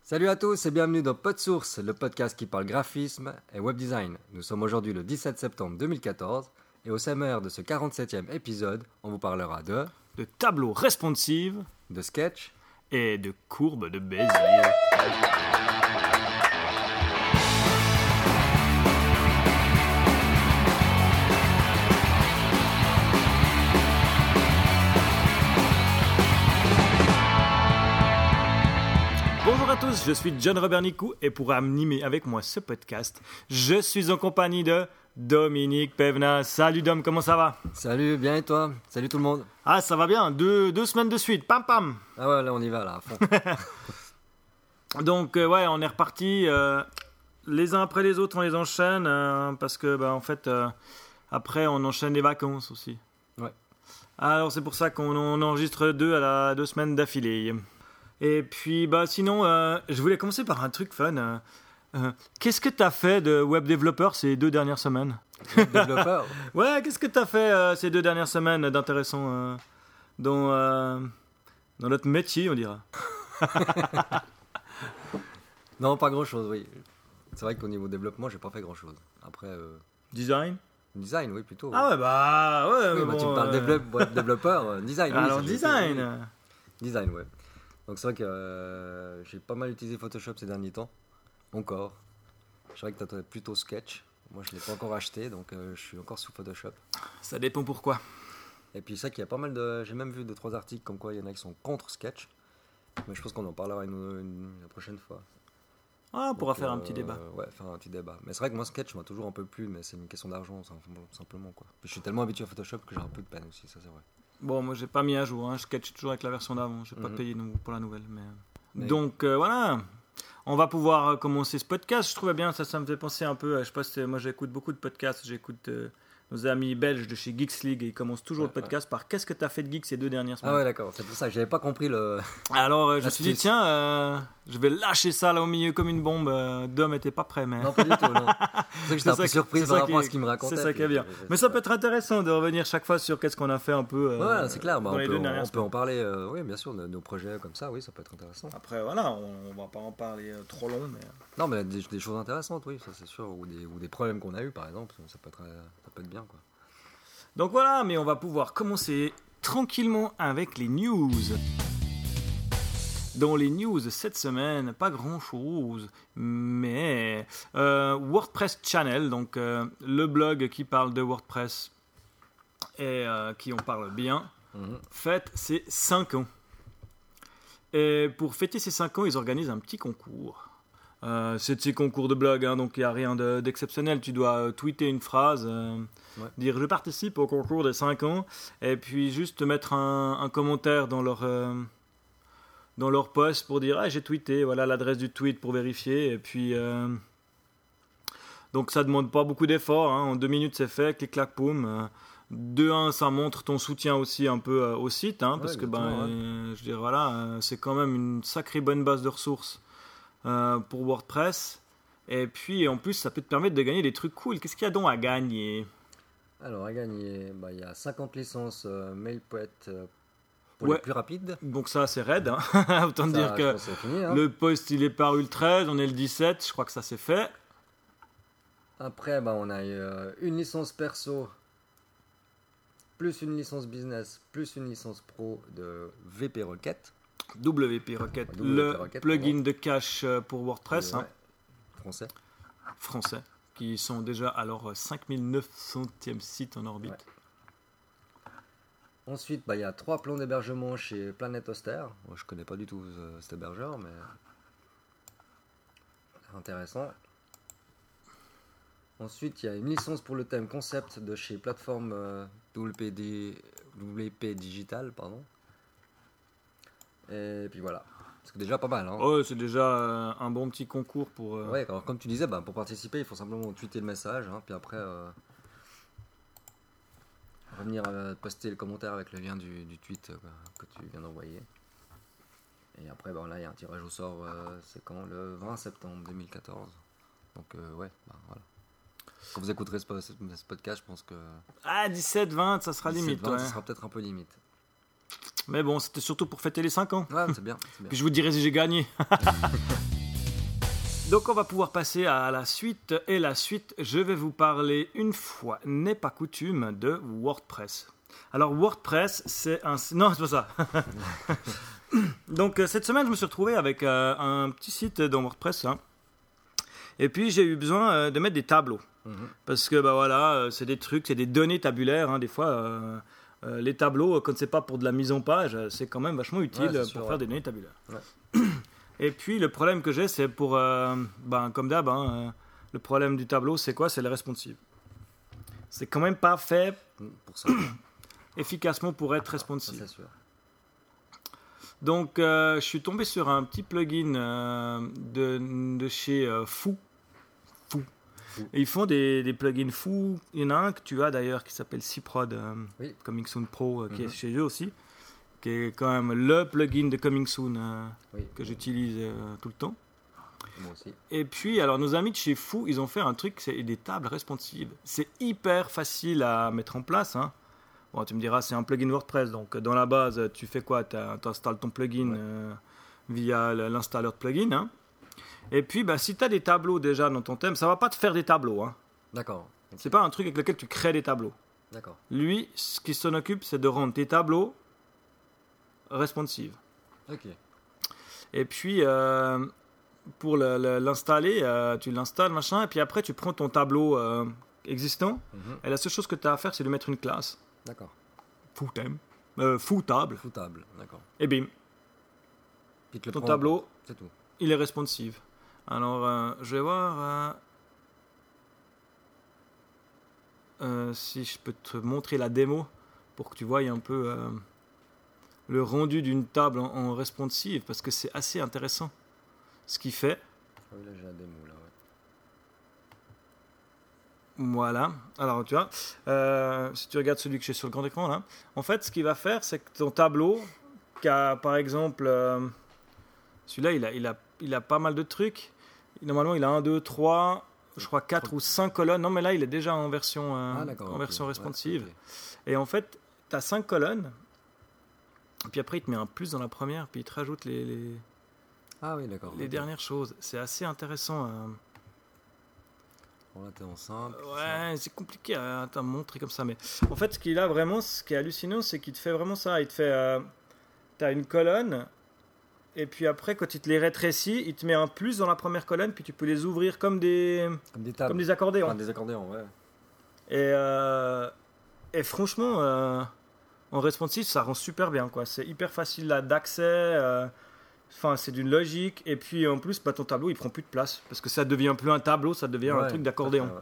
Salut à tous et bienvenue dans PodSource, le podcast qui parle graphisme et web design. Nous sommes aujourd'hui le 17 septembre 2014 et au sommaire de ce 47e épisode, on vous parlera de tableaux responsive, de sketch et de courbes de Bézier. Bonjour à tous, je suis John Robert Nicou et pour animer avec moi ce podcast, je suis en compagnie de Dominique Pévenat. Salut Dom, comment ça va? Salut, bien et toi? Salut tout le monde. Ah, ça va bien, deux semaines de suite, pam pam. Ah ouais, là on y va là, à fond. Donc ouais, on est reparti, les uns après les autres, on les enchaîne, parce que en fait, après on enchaîne les vacances aussi. Ouais. Alors c'est pour ça qu'on enregistre 2 semaines d'affilée. Et puis sinon, je voulais commencer par un truc fun. Qu'est-ce que tu as fait de web développeur ces 2 dernières semaines? Web développeur. Ouais, qu'est-ce que tu as fait ces 2 dernières semaines d'intéressant dans notre métier, on dira? Non, pas grand chose, oui. C'est vrai qu'au niveau développement, j'ai pas fait grand chose. Après. Design? Design, oui, plutôt. Ah ouais, ouais. Oui, mais tu me parles web développeur, design. Oui, alors ça, design. Oui. Design, ouais. Donc c'est vrai que j'ai pas mal utilisé Photoshop ces derniers temps. Encore. C'est vrai que tu as plutôt Sketch. Moi, je l'ai pas encore acheté, donc je suis encore sous Photoshop. Ça dépend pourquoi. Et puis c'est vrai qu'il y a pas mal de... J'ai même vu 2-3 articles comme quoi il y en a qui sont contre Sketch. Mais je pense qu'on en parlera la prochaine fois. Ah, on pourra faire un petit débat. Ouais, faire un petit débat. Mais c'est vrai que moi, Sketch m'a toujours un peu plu, mais c'est une question d'argent, simplement, quoi. Puis je suis tellement habitué à Photoshop que j'ai un peu de peine aussi, ça c'est vrai. Bon, moi j'ai pas mis à jour, je sketch toujours avec la version d'avant, j'ai pas payé pour la nouvelle. Mais... Donc voilà, on va pouvoir commencer ce podcast. Je trouvais bien, ça me fait penser un peu, je sais pas si moi j'écoute beaucoup de podcasts, j'écoute nos amis belges de chez Geeks League et ils commencent toujours le podcast par qu'est-ce que tu as fait de geek ces 2 dernières semaines. Ah ouais, d'accord, c'est pour ça que j'avais pas compris le... Alors je me suis dit tiens, je vais lâcher ça là au milieu comme une bombe. Dom était pas prêt, mais... Non, pas du tout, non. C'est ça que j'étais un peu surprise par rapport à ce qu'il me racontait. C'est ça qui est bien. Mais ça peut être intéressant de revenir chaque fois sur qu'est-ce qu'on a fait un peu. Ouais, c'est clair, on peut en parler, oui, bien sûr, de nos projets comme ça, oui, ça peut être intéressant. Après, voilà, on va pas en parler trop long, mais... Non, mais des choses intéressantes, oui, ça c'est sûr, ou des problèmes qu'on a eu par exemple, ça peut être bien, quoi. Donc voilà, mais on va pouvoir commencer tranquillement avec les news. Dans les news cette semaine, pas grand chose, mais WordPress Channel, donc le blog qui parle de WordPress et qui en parle bien, fête ses 5 ans. Et pour fêter ses 5 ans, ils organisent un petit concours. C'est de ces concours de blog, donc il n'y a rien d'exceptionnel. Tu dois tweeter une phrase, dire je participe au concours des 5 ans, et puis juste mettre un commentaire dans leur post pour dire j'ai tweeté, voilà l'adresse du tweet pour vérifier. Et puis donc ça demande pas beaucoup d'efforts, en 2 minutes c'est fait, clic clac poum. De 1, ça montre ton soutien aussi un peu au site, parce que je veux dire, voilà, c'est quand même une sacrée bonne base de ressources pour WordPress. Et puis en plus ça peut te permettre de gagner des trucs cool. Qu'est-ce qu'il y a donc à gagner? Alors à gagner, il y a 50 licences MailPoet pour les plus rapides. Donc ça c'est raide, autant dire que fini, le post il est paru le 13, on est le 17, je crois que ça c'est fait. Après on a une licence perso plus une licence business plus une licence pro de WP Rocket. WP Rocket, plugin de cache pour WordPress. Français, qui sont déjà à leur 5900e site en orbite. Ouais. Ensuite, il y a 3 plans d'hébergement chez Planet Hoster. Moi, je connais pas du tout cet hébergeur, mais intéressant. Ensuite, il y a une licence pour le thème concept de chez plateforme WP Digital, pardon. Et puis voilà, c'est déjà pas mal. Ouais, c'est déjà un bon petit concours pour... Ouais, alors comme tu disais, pour participer, il faut simplement tweeter le message, puis après revenir poster le commentaire avec le lien du tweet que tu viens d'envoyer. Et après, là, il y a un tirage au sort, c'est quand? Le 20 septembre 2014. Donc, voilà. Quand vous écouterez ce podcast, je pense que... 17, 20, ça sera 17, limite. 20, ça sera peut-être un peu limite. Mais bon, c'était surtout pour fêter les 5 ans. Ouais, c'est bien. Puis je vous dirai si j'ai gagné. Donc on va pouvoir passer à la suite. Et la suite, je vais vous parler, une fois n'est pas coutume, de WordPress. Alors WordPress, c'est un... Non, c'est pas ça. Donc cette semaine, je me suis retrouvé avec un petit site dans WordPress. Hein. Et puis j'ai eu besoin de mettre des tableaux. Parce que bah, voilà, c'est des trucs, c'est des données tabulaires. Hein, des fois, les tableaux, quand c'est pas pour de la mise en page, c'est quand même vachement utile pour faire des données tabulaires. Ouais. Et puis le problème que j'ai, c'est pour, comme d'hab, le problème du tableau, c'est quoi? C'est le responsive. C'est quand même pas fait pour ça. efficacement pour être responsive. Ça, c'est sûr. Donc je suis tombé sur un petit plugin de chez Foo. Et ils font des plugins fous. Il y en a un que tu as d'ailleurs qui s'appelle Cprod Coming Soon Pro qui est chez eux aussi, qui est quand même le plugin de Coming Soon que j'utilise tout le temps. Moi aussi. Et puis alors nos amis de chez Foo, ils ont fait un truc, c'est des tables responsives. C'est hyper facile à mettre en place. Hein. Bon, tu me diras, c'est un plugin WordPress, donc dans la base, tu fais quoi? Tu installes ton plugin via l'installeur de plugin. Hein. Et puis, si tu as des tableaux déjà dans ton thème, ça va pas te faire des tableaux. Hein. D'accord. Okay. C'est pas un truc avec lequel tu crées des tableaux. D'accord. Lui, ce qui s'en occupe, c'est de rendre tes tableaux responsives. Ok. Et puis, pour l'installer, tu l'installes, machin, et puis après, tu prends ton tableau existant, et la seule chose que tu as à faire, c'est de mettre une classe. D'accord. Foo thème. Foo table. Foo table, d'accord. Et bim. Ton tableau, c'est tout. Il est responsive. Alors, je vais voir si je peux te montrer la démo pour que tu voies un peu le rendu d'une table en responsive, parce que c'est assez intéressant ce qu'il fait. Ah oui, là j'ai la démo, là, ouais. Voilà. Alors, tu vois, si tu regardes celui que j'ai sur le grand écran, là, en fait, ce qu'il va faire, c'est que ton tableau, qui a, par exemple, celui-là, il a pas mal de trucs. Normalement, il a 1, 2, 3, je crois 4 ou 5 colonnes. Non, mais là, il est déjà en version, version responsive. Ouais, okay. Et en fait, tu as 5 colonnes. Et puis après, il te met un plus dans la première. Puis il te rajoute les dernières choses. C'est assez intéressant. Bon, là, t'es en simple. Ouais, c'est compliqué à te montrer comme ça. Mais en fait, ce qu'il a vraiment, ce qui est hallucinant, c'est qu'il te fait vraiment ça. Il te fait... tu as une colonne... Et puis après, quand il te les rétrécit, il te met un plus dans la première colonne, puis tu peux les ouvrir comme des accordéons. Enfin, des accordéons, ouais. Et franchement, en responsive, ça rend super bien, quoi. C'est hyper facile d'accès. C'est d'une logique. Et puis en plus, ton tableau, il prend plus de place. Parce que ça devient plus un tableau, ça devient un truc d'accordéon. Ouais.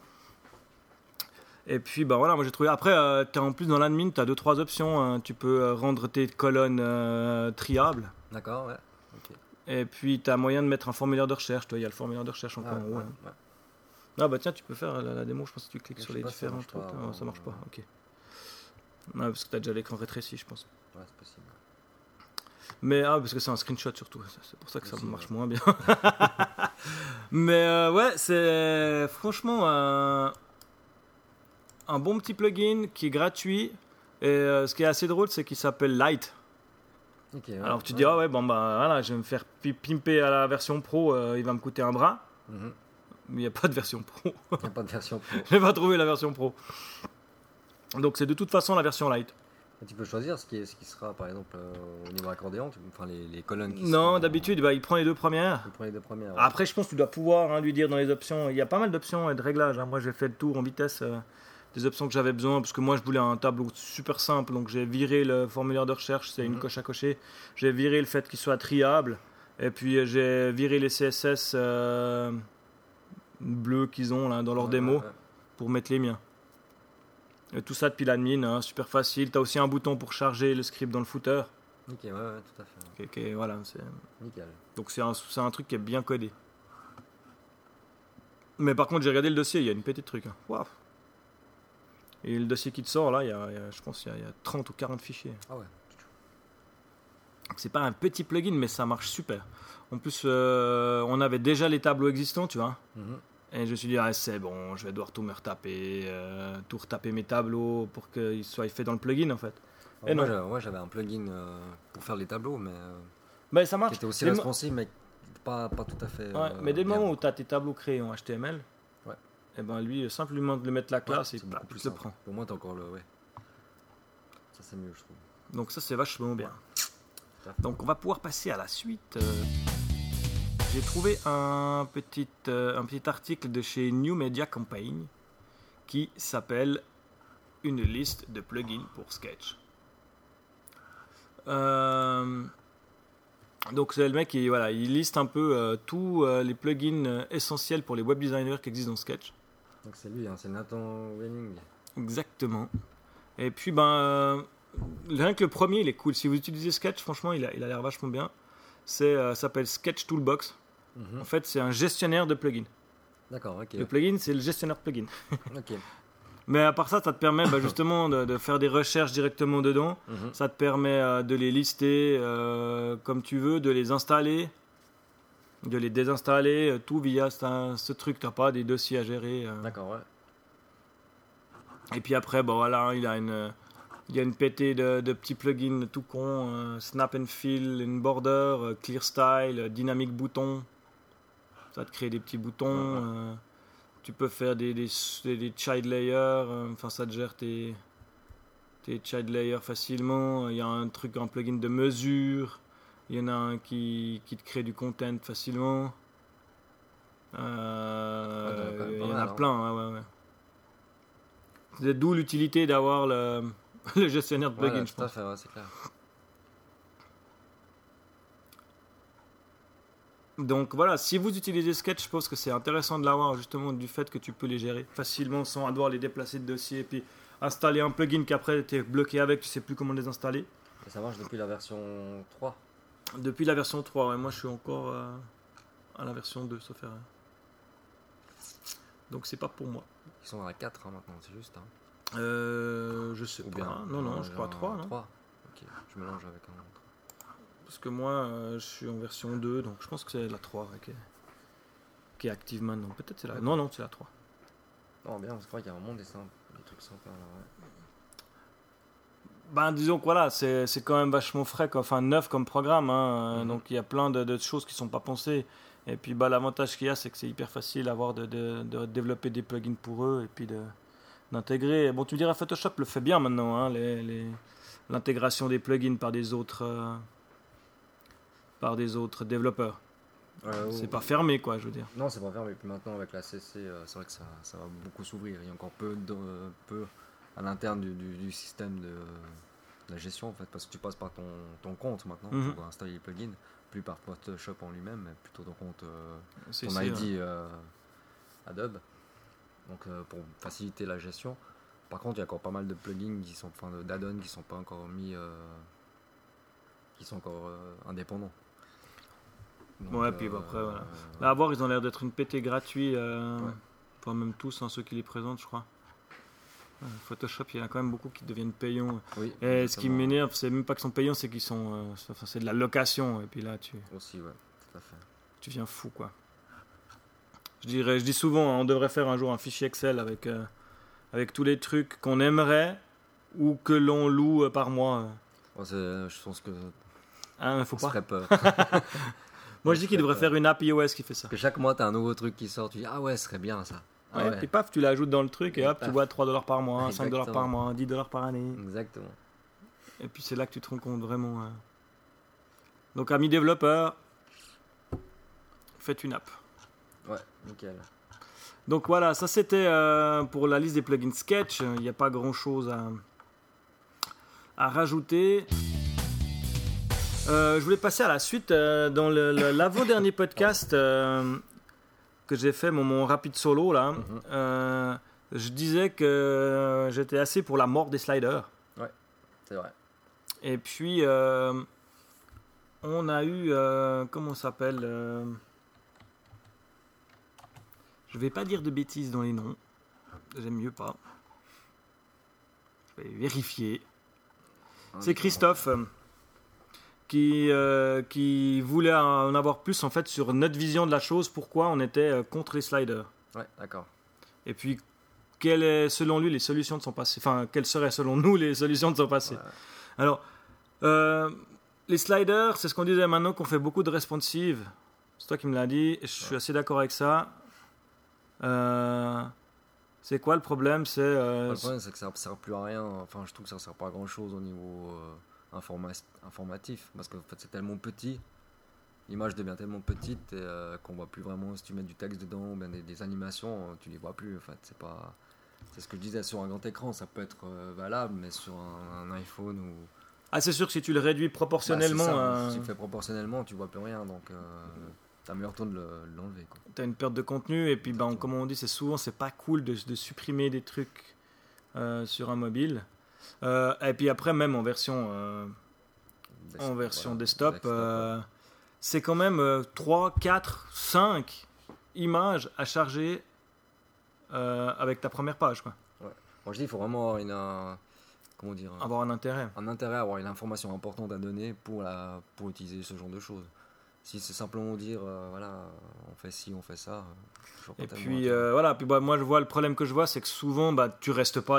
Et puis, voilà, moi j'ai trouvé. Après, en plus dans l'admin, tu as 2-3 options. Hein. Tu peux rendre tes colonnes triables. D'accord, ouais. Okay. Et puis, tu as moyen de mettre un formulaire de recherche. Il y a le formulaire de recherche encore en haut. Ouais. Ah, tiens, tu peux faire la démo. Je pense que tu cliques sur les différents trucs. Non, ça marche pas. Ok. Non, parce que tu as déjà l'écran rétréci, je pense. Ouais, c'est possible. Mais, parce que c'est un screenshot surtout. C'est pour ça que ça marche moins bien. Mais, c'est franchement un bon petit plugin qui est gratuit. Et ce qui est assez drôle, c'est qu'il s'appelle Lite. Okay, alors tu te dis, voilà, je vais me faire pimper à la version pro, il va me coûter un bras. Mais il n'y a pas de version pro. Il n'y a pas de version pro. Je n'ai pas trouvé la version pro. Donc c'est de toute façon la version light. Et tu peux choisir ce qui sera, par exemple, au niveau accordéon, les colonnes qui Non, d'habitude, il prend les deux premières. Il prend les deux premières. Ouais. Après, je pense que tu dois pouvoir lui dire dans les options. Il y a pas mal d'options et de réglages. Hein. Moi, j'ai fait le tour en vitesse des options que j'avais besoin, parce que moi je voulais un tableau super simple, donc j'ai viré le formulaire de recherche, c'est une coche à cocher, j'ai viré le fait qu'il soit triable, et puis j'ai viré les CSS bleus qu'ils ont là, dans leur démo pour mettre les miens. Et tout ça depuis l'admin, hein, super facile. Tu as aussi un bouton pour charger le script dans le footer. Ok, tout à fait. Okay, voilà, c'est... Nickel. Donc c'est un truc qui est bien codé. Mais par contre, j'ai regardé le dossier, il y a une petite truc. Hein. Wow. Et le dossier qui te sort, là, je pense qu'il y a 30 ou 40 fichiers. Ah ouais. Donc, c'est pas un petit plugin, mais ça marche super. En plus, on avait déjà les tableaux existants, tu vois. Et je me suis dit, c'est bon, je vais devoir tout me retaper, tout retaper mes tableaux pour qu'ils soient faits dans le plugin, en fait. Et moi, j'avais un plugin pour faire les tableaux, mais ça marche. qui était aussi responsive, mais pas tout à fait. Mais dès le bien. moment où tu as tes tableaux créés en HTML, Ouais. et ben lui, simplement de lui mettre la classe, Ouais, et c'est bah, beaucoup plus il te le simple. prend. Au moins, t'as encore le. Ouais. Ça, c'est mieux, je trouve. Donc ça, c'est vachement bien. Tout à fait. Donc on va pouvoir passer à la suite. J'ai trouvé un petit article de chez New Media Campaign qui s'appelle Une liste de plugins pour Sketch. Donc c'est le mec qui il liste un peu tous les plugins essentiels pour les web designers qui existent dans Sketch. Donc c'est lui, hein, c'est Nathan Wenning. Exactement. Et puis rien que le premier il est cool. Si vous utilisez Sketch, franchement il a l'air vachement bien. Ça s'appelle Sketch Toolbox. En fait c'est un gestionnaire de plugins. D'accord, ok. Le plugin c'est le gestionnaire de plugins. Ok. Mais à part ça, ça te permet justement de faire des recherches directement dedans. Ça te permet de les lister comme tu veux, de les installer, de les désinstaller, tout via ce truc. Tu n'as pas des dossiers à gérer. D'accord, ouais. Et puis après, il y a une pétée de petits plugins tout con. Snap and Fill, In Border, Clear Style, Dynamic Bouton. Ça te crée des petits boutons. Tu peux faire des child layers, ça te gère tes child layers facilement. Il y a un plugin de mesure. Il y en a un qui te crée du content facilement. Il y en a plein. Ouais. C'est d'où l'utilité d'avoir le gestionnaire de plugins, je pense. Tout à fait, ouais, c'est clair. Donc voilà, si vous utilisez Sketch, je pense que c'est intéressant de l'avoir justement du fait que tu peux les gérer facilement sans devoir les déplacer de dossier et puis installer un plugin qu'après tu es bloqué avec, tu sais plus comment les installer. Et ça marche depuis la version 3. Depuis la version 3, ouais, moi je suis encore à la version 2, sauf erreur. Donc c'est pas pour moi. Ils sont dans la 4 maintenant, c'est juste. Hein. Je sais Ou pas. bien, Non, je crois 3. 3. Ok, je mélange avec un autre. Parce que moi je suis en version 2, donc je pense que c'est la 3 qui est active maintenant. Peut-être c'est la. Non, c'est la 3. Non, bien, je crois qu'il y a vraiment des trucs sympas là. Ouais. Disons que voilà, c'est quand même vachement frais, neuf comme programme. Donc il y a plein de choses qui sont pas pensées. Et puis l'avantage qu'il y a, c'est que c'est hyper facile de développer des plugins pour eux et puis d'intégrer. Bon, tu me diras, Photoshop le fait bien maintenant, l'intégration des plugins par des autres développeurs. C'est pas fermé, quoi, je veux dire. Non, c'est pas fermé. Puis maintenant, avec la CC, c'est vrai que ça va beaucoup s'ouvrir. Il y a encore peu à l'interne du système de la gestion, en fait, parce que tu passes par ton compte maintenant pour installer les plugins, plus par Photoshop en lui-même, mais plutôt ton compte, ton ID Adobe. Donc, pour faciliter la gestion. Par contre, il y a encore pas mal de plugins d'add-ons qui sont pas encore mis, qui sont encore indépendants. Donc, puis après, voilà. Là, à voir, ils ont l'air d'être une pétée gratuite, enfin, même tous, ceux qui les présentent, je crois. Photoshop, il y en a quand même beaucoup qui deviennent payants. Oui, et ce qui m'énerve, c'est même pas qu'ils sont payants, c'est qu'ils sont. C'est de la location. Et puis là, aussi, ouais, tout à fait. Tu viens fou, quoi. Je dis souvent, on devrait faire un jour un fichier Excel avec tous les trucs qu'on aimerait ou que l'on loue par mois. Je pense que. Faut pas. Serait peur. Moi, je dis qu'il devrait faire une app iOS qui fait ça. Parce que chaque mois, tu as un nouveau truc qui sort. Tu dis, ah ouais, ce serait bien ça. Puis paf, tu l'ajoutes dans le truc et hop, tu vois $3 par mois, $5 par mois, $10 par année. Exactement. Et puis c'est là que tu te rends compte vraiment. Donc, amis développeurs, faites une app. Ouais, nickel. Donc voilà, ça c'était pour la liste des plugins Sketch. Il n'y a pas grand chose à rajouter. Je voulais passer à la suite dans l'avant-dernier podcast que j'ai fait, mon rapide solo là. Je disais que j'étais assez pour la mort des sliders. Ouais, c'est vrai. Et puis on a eu comment ça s'appelle je vais pas dire de bêtises dans les noms. J'aime mieux pas. Je vais vérifier. C'est Christophe qui voulait en avoir plus en fait sur notre vision de la chose, pourquoi on était contre les sliders. Ouais, d'accord. Et puis quelles est selon lui les solutions de son passé. Enfin, quelles seraient selon nous les solutions de son passé. Ouais. Alors, les sliders, c'est ce qu'on disait maintenant qu'on fait beaucoup de responsive. C'est toi qui me l'as dit. Je suis assez d'accord avec ça. C'est quoi le problème? Le problème, c'est que ça ne sert plus à rien. Enfin, je trouve que ça ne sert pas à grand chose au niveau informatif. Parce que en fait, c'est tellement petit. L'image devient tellement petite qu'on voit plus vraiment si tu mets du texte dedans ou bien des animations, tu les vois plus. En fait, c'est ce que je disais, sur un grand écran, ça peut être valable, mais sur un iPhone ou. Ah, c'est sûr que si tu le réduis proportionnellement. Si tu le fais proportionnellement, tu vois plus rien. Donc, t'as meilleur temps de l'enlever. T'as une perte de contenu. Et puis, comme on dit, c'est pas cool de supprimer des trucs sur un mobile. Et puis après, même en version desktop. C'est quand même 3, 4, 5 images à charger avec ta première page. Quoi. Ouais. Moi je dis il faut vraiment avoir un intérêt. Avoir une information importante à donner pour utiliser ce genre de choses. Si c'est simplement dire voilà, on fait ci, on fait ça. Et puis voilà, puis moi je vois le problème que je vois, c'est que souvent tu restes pas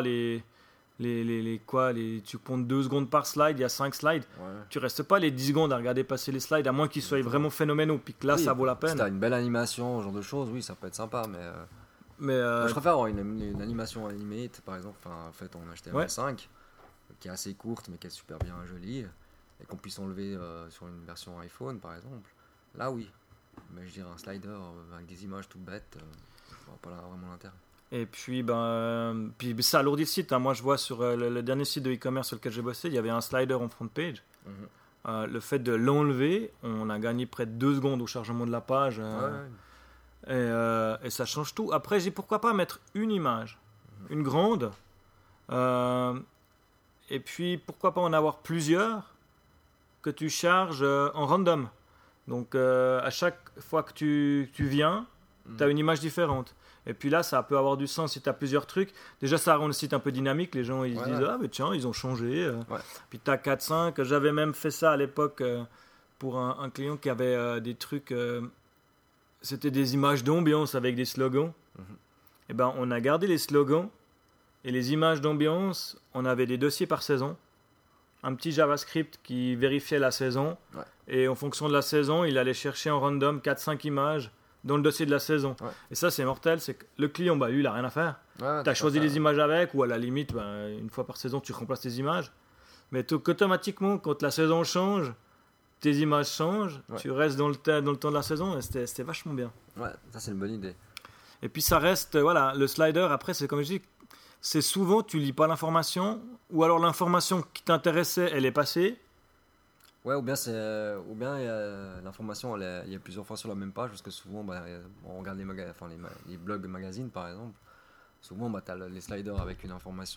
tu comptes 2 secondes par slide, il y a 5 slides, tu restes pas les 10 secondes à regarder passer les slides, à moins qu'ils soient vraiment phénoménaux, puis que là ça vaut la peine. Si t'as une belle animation, ce genre de choses, oui, ça peut être sympa, mais moi, je préfère avoir une animation animate, par exemple, en fait en HTML5, qui est assez courte mais qui est super bien jolie, et qu'on puisse enlever sur une version iPhone par exemple. Là oui, mais je dirais un slider avec des images toutes bêtes, je vois pas vraiment l'intérêt. Et puis, puis ça alourdit le site. Hein. Moi, je vois sur le dernier site de e-commerce sur lequel j'ai bossé, il y avait un slider en front page. Le fait de l'enlever, on a gagné près de 2 secondes au chargement de la page. Et ça change tout. Après, j'ai pourquoi pas mettre une image, une grande. Et puis, pourquoi pas en avoir plusieurs que tu charges en random. Donc, à chaque fois que tu viens, tu as une image différente. Et puis là, ça peut avoir du sens si tu as plusieurs trucs. Déjà, ça rend le site un peu dynamique. Les gens, ils se disent « Ah, mais tiens, ils ont changé. » Puis tu as 4-5. J'avais même fait ça à l'époque pour un client qui avait des trucs... c'était des images d'ambiance avec des slogans. Et ben, on a gardé les slogans et les images d'ambiance. On avait des dossiers par saison. Un petit JavaScript qui vérifiait la saison. Et en fonction de la saison, il allait chercher en random 4-5 images dans le dossier de la saison. Et ça, c'est mortel. C'est que le client, lui, il n'a rien à faire. Tu as choisi les images avec, ou à la limite, une fois par saison, tu remplaces tes images. Mais automatiquement, quand la saison change, tes images changent, tu restes dans le temps de la saison, et c'était vachement bien. Ouais, ça, c'est une bonne idée. Et puis, ça reste, le slider, après, c'est comme je dis, c'est souvent, tu lis pas l'information, ou alors l'information qui t'intéressait, elle est passée. Ouais, ou bien l'information, il y a plusieurs fois sur la même page, parce que souvent, on regarde les blogs magazines, par exemple. Souvent, tu as les sliders avec une information,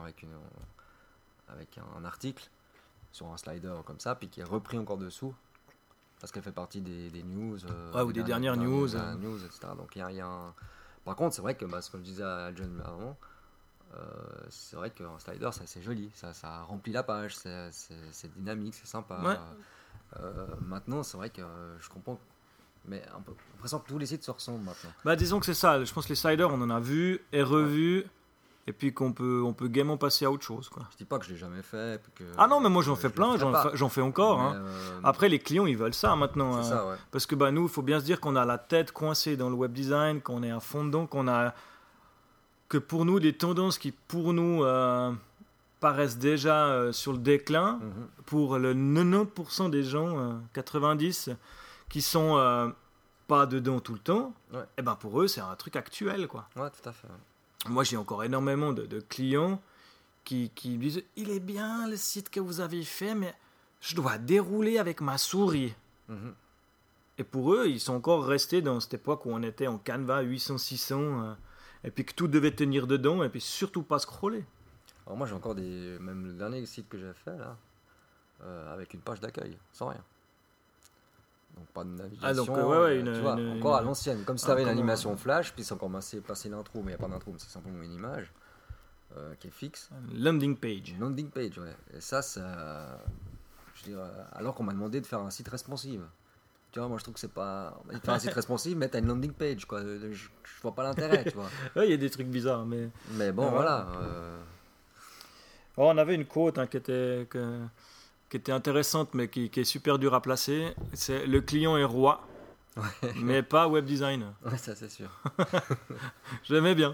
avec un article sur un slider comme ça, puis qui est repris encore dessous, parce qu'elle fait partie des news. Ou des dernières news. Etc. Donc, il y a un... Par contre, c'est vrai que, ce que je disais à John avant, c'est vrai qu'un slider, c'est joli, ça remplit la page, c'est dynamique, c'est sympa. Maintenant, c'est vrai que je comprends, mais j'ai l'impression que tous les sites se ressemblent maintenant. Disons que c'est ça, je pense que les sliders, on en a vu et revu, et puis qu'on peut gaiement passer à autre chose. Quoi. Je dis pas que je l'ai jamais fait. Ah non, mais moi j'en fais plein, j'en fais encore. Mais, Après, les clients, ils veulent ça maintenant. C'est ça, ouais. Parce que nous, il faut bien se dire qu'on a la tête coincée dans le web design, qu'on est à fond dedans, que pour nous, des tendances qui pour nous paraissent déjà sur le déclin, pour le 90% des gens, 90%, qui sont pas dedans tout le temps, et pour eux, c'est un truc actuel. Quoi. Ouais, tout à fait. Moi, j'ai encore énormément de clients qui disent « Il est bien le site que vous avez fait, mais je dois dérouler avec ma souris. » Et pour eux, ils sont encore restés dans cette époque où on était en Canva 800-600, et puis que tout devait tenir dedans, et puis surtout pas scroller. Alors moi, j'ai encore même le dernier site que j'ai fait, là, avec une page d'accueil, sans rien. Donc pas de navigation, encore à l'ancienne, comme si tu avais une animation flash, puis c'est encore passer l'intro, mais il n'y a pas d'intro, mais c'est simplement une image qui est fixe. Landing page. Landing page, ouais. Et ça, je dirais, alors qu'on m'a demandé de faire un site responsive. Tu vois, moi je trouve que c'est pas... Faire un site responsive, mais t'as une landing page, quoi. Je vois pas l'intérêt, tu vois. Ouais, il y a des trucs bizarres, mais... Mais bon, voilà. On avait une quote qui était intéressante, mais qui est super dure à placer. C'est « Le client est roi, mais pas web design. Ouais, ça c'est sûr. J'aimais bien.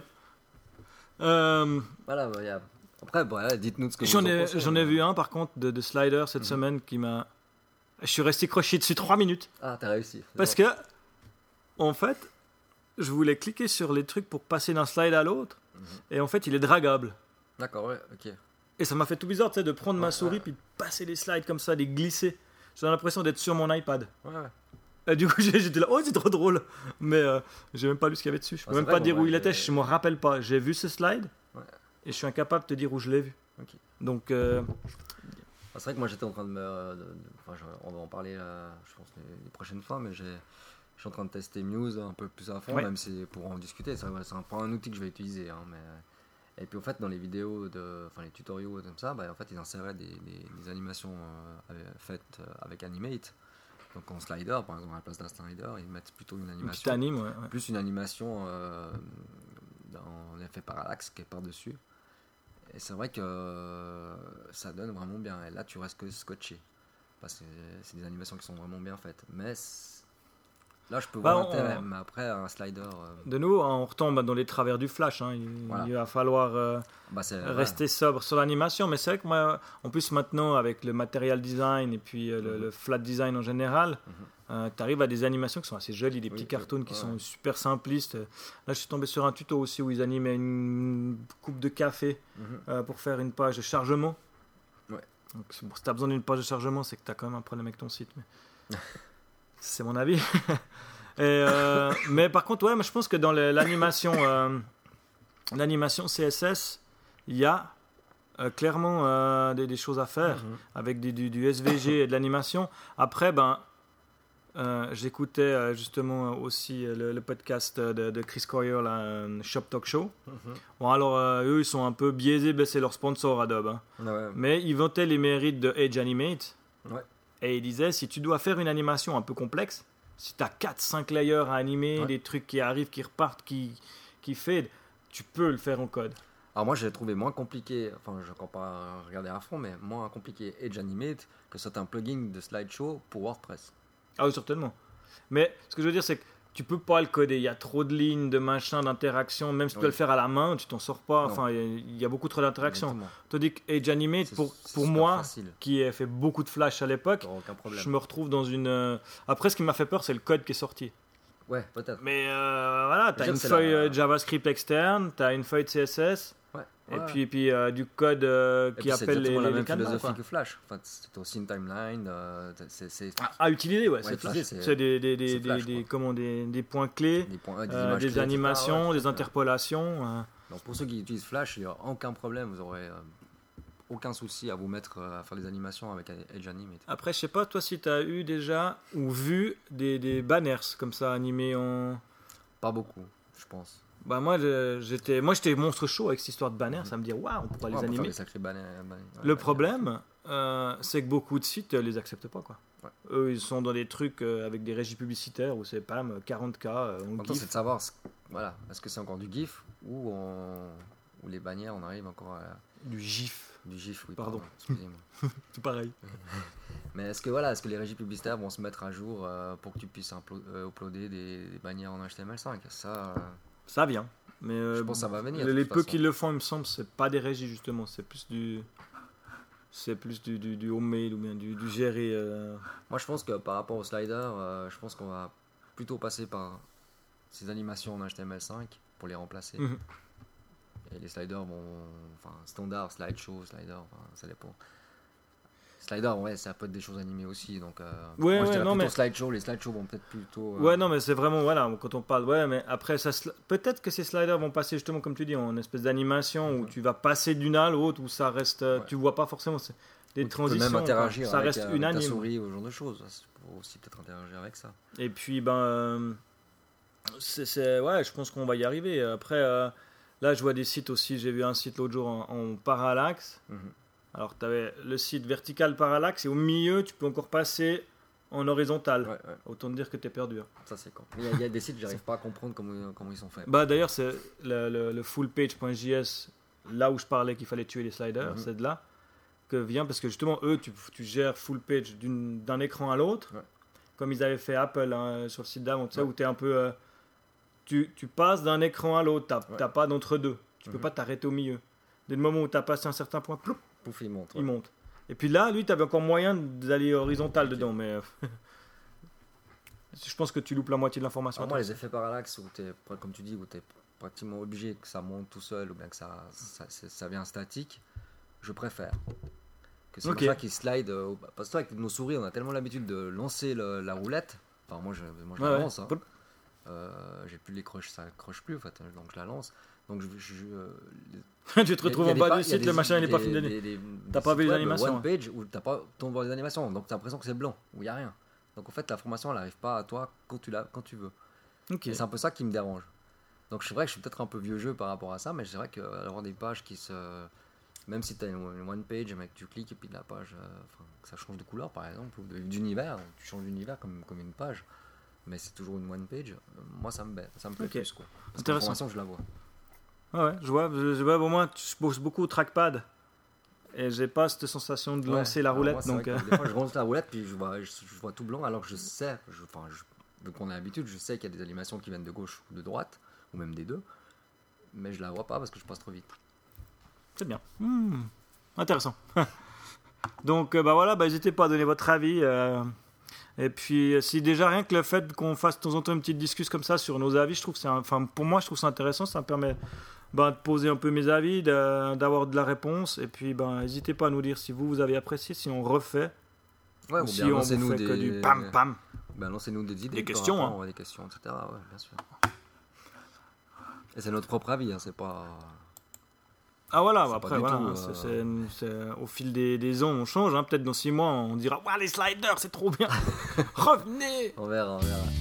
Voilà, bah, après, voilà, dites-nous ce que vous en pensez. J'en ai vu un par contre de Slider cette semaine qui m'a. Je suis resté croché dessus 3 minutes. Ah, t'as réussi. Parce que, en fait, je voulais cliquer sur les trucs pour passer d'un slide à l'autre. Et en fait, il est dragable. D'accord, ouais, ok. Et ça m'a fait tout bizarre, tu sais, de prendre ma souris puis de passer les slides comme ça, de les glisser. J'ai l'impression d'être sur mon iPad. Ouais. Et du coup, j'étais là, oh, c'est trop drôle. Mais j'ai même pas lu ce qu'il y avait dessus. Je peux même pas dire où il était, je me rappelle pas. J'ai vu ce slide et je suis incapable de te dire où je l'ai vu. Okay. Donc. C'est vrai que moi j'étais en train de me. On va en parler, je pense, les prochaines fois, mais je suis en train de tester Muse un peu plus à fond, même si pour en discuter. C'est pas un outil que je vais utiliser. Hein, mais... Et puis en fait, dans les vidéos, les tutoriaux comme ça, en fait, ils inséraient des animations faites avec Animate. Donc en slider, par exemple, à la place d'un slider, ils mettent plutôt une animation. Qui t'anime, ouais. Plus une animation en effet parallaxe qui est par-dessus. Et c'est vrai que ça donne vraiment bien. Et là, tu restes que scotché. Parce que c'est des animations qui sont vraiment bien faites. Mais là, je peux voir l'intérêt. Mais après, un slider. De nouveau, on retombe dans les travers du flash. Hein. Il va falloir rester sobre sur l'animation. Mais c'est vrai que moi, en plus, maintenant, avec le material design et puis le flat design en général, tu arrives à des animations qui sont assez jolies, des petits cartoons qui sont super simplistes. Là, je suis tombé sur un tuto aussi où ils animaient une coupe de café pour faire une page de chargement. Ouais. Donc, si tu as besoin d'une page de chargement, c'est que tu as quand même un problème avec ton site. Mais... c'est mon avis. Mais par contre, moi, je pense que dans l'animation CSS, il y a clairement des choses à faire avec du SVG et de l'animation. Après, j'écoutais justement aussi le podcast de Chris Coyier, Shop Talk Show. Bon, alors, eux, ils sont un peu biaisés, c'est leur sponsor Adobe. Hein. Ouais. Mais ils vantaient les mérites de Edge Animate. Ouais. Et ils disaient, si tu dois faire une animation un peu complexe, si tu as 4-5 layers à animer, des trucs qui arrivent, qui repartent, qui fade, tu peux le faire en code. Alors moi, j'ai trouvé moins compliqué, je ne vais pas regarder à fond, mais moins compliqué Edge Animate que certains plugins de slideshow pour WordPress. Ah oui, certainement. Mais ce que je veux dire, c'est que tu peux pas le coder. Il y a trop de lignes, de machins, d'interactions. Même si tu dois le faire à la main, tu t'en sors pas. Enfin, il y a beaucoup trop d'interactions. Tandis que Edge Animate, pour moi, facile. Qui ai fait beaucoup de flash à l'époque, je me retrouve dans une... Après, ce qui m'a fait peur, c'est le code qui est sorti. Ouais, peut-être. Mais voilà, tu as une feuille JavaScript externe, tu as une feuille de CSS. Et puis du code qui appelle les la même canevas, philosophie que Flash. Enfin, c'est aussi une timeline. À utiliser, c'est des points clés, des animations, des interpolations. Donc pour ceux qui utilisent Flash, il n'y a aucun problème. Vous aurez aucun souci à vous mettre à faire des animations avec Edge Animate. Après, je sais pas, toi, si tu as eu déjà ou vu des banners comme ça animés en. Pas beaucoup, je pense. Moi j'étais monstre chaud avec cette histoire de banner, ça me dit waouh, on pourrait les animer. Le problème c'est que beaucoup de sites les acceptent pas quoi. Ouais. Eux ils sont dans des trucs avec des régies publicitaires où c'est pam 40K c'est de savoir est-ce que c'est encore du GIF ou les bannières on arrive encore à du GIF. Du GIF, oui. Pardon. Excusez-moi. C'est pareil. Mais est-ce que les régies publicitaires vont se mettre à jour pour que tu puisses uploader des bannières en HTML5 Ça vient, mais je pense que ça va venir. Les peu qui le font, il me semble, c'est pas des régies justement, c'est plus du homemade ou bien du géré. Moi, je pense que par rapport au slider, je pense qu'on va plutôt passer par ces animations en HTML5 pour les remplacer. Et les sliders standard, slideshow, slider, ça dépend. Slider, ça peut être des choses animées aussi, donc moi je dirais plutôt slideshow. Les slideshows vont peut-être plutôt non mais c'est vraiment quand on parle mais après peut-être que ces sliders vont passer justement comme tu dis en espèce d'animation où tu vas passer d'une à l'autre où ça reste tu vois pas forcément des transitions, tu peux même interagir ça avec reste unanime. ta souris ou ce genre de choses, tu peux aussi peut-être interagir avec ça. Et puis je pense qu'on va y arriver. Après là je vois des sites aussi, j'ai vu un site l'autre jour en parallaxe. Alors, tu avais le site vertical parallaxe et au milieu, tu peux encore passer en horizontal. Autant te dire que tu es perdu. Hein. Ça, c'est con. Il y a des sites, j'arrive pas à comprendre comment ils sont faits. D'ailleurs, c'est le fullpage.js, là où je parlais qu'il fallait tuer les sliders, c'est de là que vient, parce que justement, eux, tu gères full page d'un écran à l'autre, comme ils avaient fait Apple hein, sur le site d'avant, tu sais, Ouais. où tu es un peu. Tu passes d'un écran à l'autre, Ouais. t'as pas d'entre-deux. Tu peux Mhm. pas t'arrêter au milieu. Dès le moment où tu as passé un certain point, ploup, Pouf, il monte. il Ouais. monte. Et puis là, lui, tu avais encore moyen d'aller horizontal Ok. dedans, mais je pense que tu loupes la moitié de l'information. Alors moi, les effets parallaxes, où comme tu dis, où tu es pratiquement obligé que ça monte tout seul ou bien que ça vient statique, je préfère. Que c'est Ok. pour ça qui slide. Parce que avec nos souris, on a tellement l'habitude de lancer la roulette. Enfin, moi, je Ouais, la ouais. lance. Hein. J'ai plus les croches, ça accroche plus en fait, donc je la lance. Donc Tu te retrouves en bas du site, le machin il est pas fini d'année. T'as pas vu les animations, One page où t'as pas ton voir les animations, donc t'as l'impression que c'est blanc, où il y a rien. Donc en fait l'information elle arrive pas à toi quand tu veux. Ok. Et c'est un peu ça qui me dérange. Donc c'est vrai que je suis peut-être un peu vieux jeu par rapport à ça, mais c'est vrai qu'avoir des pages qui se, même si t'as une one page, mais que tu cliques et puis la page, que ça change de couleur par exemple ou d'univers, tu changes d'univers comme une page. Mais c'est toujours une one page. Moi, ça me plaît Ok. plus quoi. Parce que Intéressant. l'information, je la vois. Ouais, je vois, au moins, je bosse beaucoup au trackpad. Et j'ai pas cette sensation de lancer la Alors roulette. moi, c'est Donc, vrai que des fois, je lance la roulette puis je vois tout blanc alors que je sais, vu qu'on a l'habitude, je sais qu'il y a des animations qui viennent de gauche ou de droite, ou même des deux. Mais je la vois pas parce que je passe trop vite. c'est bien. Intéressant. Donc, voilà, n'hésitez pas à donner votre avis. Et puis, si déjà rien que le fait qu'on fasse de temps en temps une petite discussion comme ça sur nos avis, je trouve que pour moi, je trouve ça intéressant. Ça me permet de poser un peu mes avis, d'avoir de la réponse. Et puis, n'hésitez pas à nous dire si vous avez apprécié, si on refait, Ouais, ou ou si bien on lancez-nous vous fait que des, du pam pam. ben, lancez-nous des idées, Des par questions, rapport à des questions, etc. Ouais, bien sûr. Et c'est notre propre avis, hein, c'est pas. Ah voilà, C'est après, pas du voilà, tout, hein, au fil des ans, on change. Hein. Peut-être dans 6 mois, on dira « Ouah, les sliders, c'est trop bien Revenez !» On verra.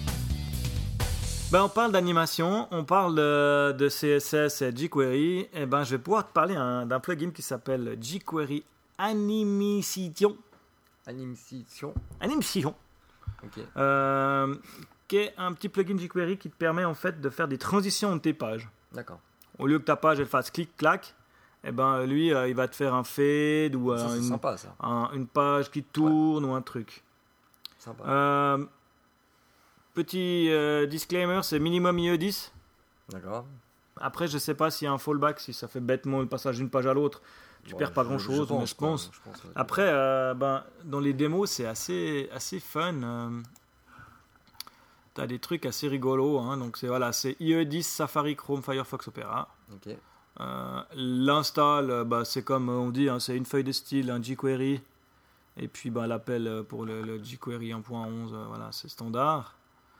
On parle d'animation, on parle de CSS et jQuery. Et je vais pouvoir te parler d'un plugin qui s'appelle jQuery Animation. Animation. Ok. Qui est un petit plugin jQuery qui te permet en fait de faire des transitions de tes pages. D'accord. Au lieu que ta page elle fasse clic-clac, lui, il va te faire un fade ou Ça, c'est sympa, ça. une page qui tourne ou un truc. Sympa. Petit disclaimer, c'est minimum IE10. D'accord. Après, je sais pas s'il y a un fallback, si ça fait bêtement le passage d'une page à l'autre. Tu perds pas grand-chose, mais je pense. Ouais. Après, dans les démos, c'est assez fun. T'as des trucs assez rigolos. Hein, donc, c'est IE10, Safari, Chrome, Firefox, Opera. Ok. L'install, c'est comme on dit, hein, c'est une feuille de style, un jQuery. Et puis l'appel pour le jQuery 1.11, voilà, c'est standard.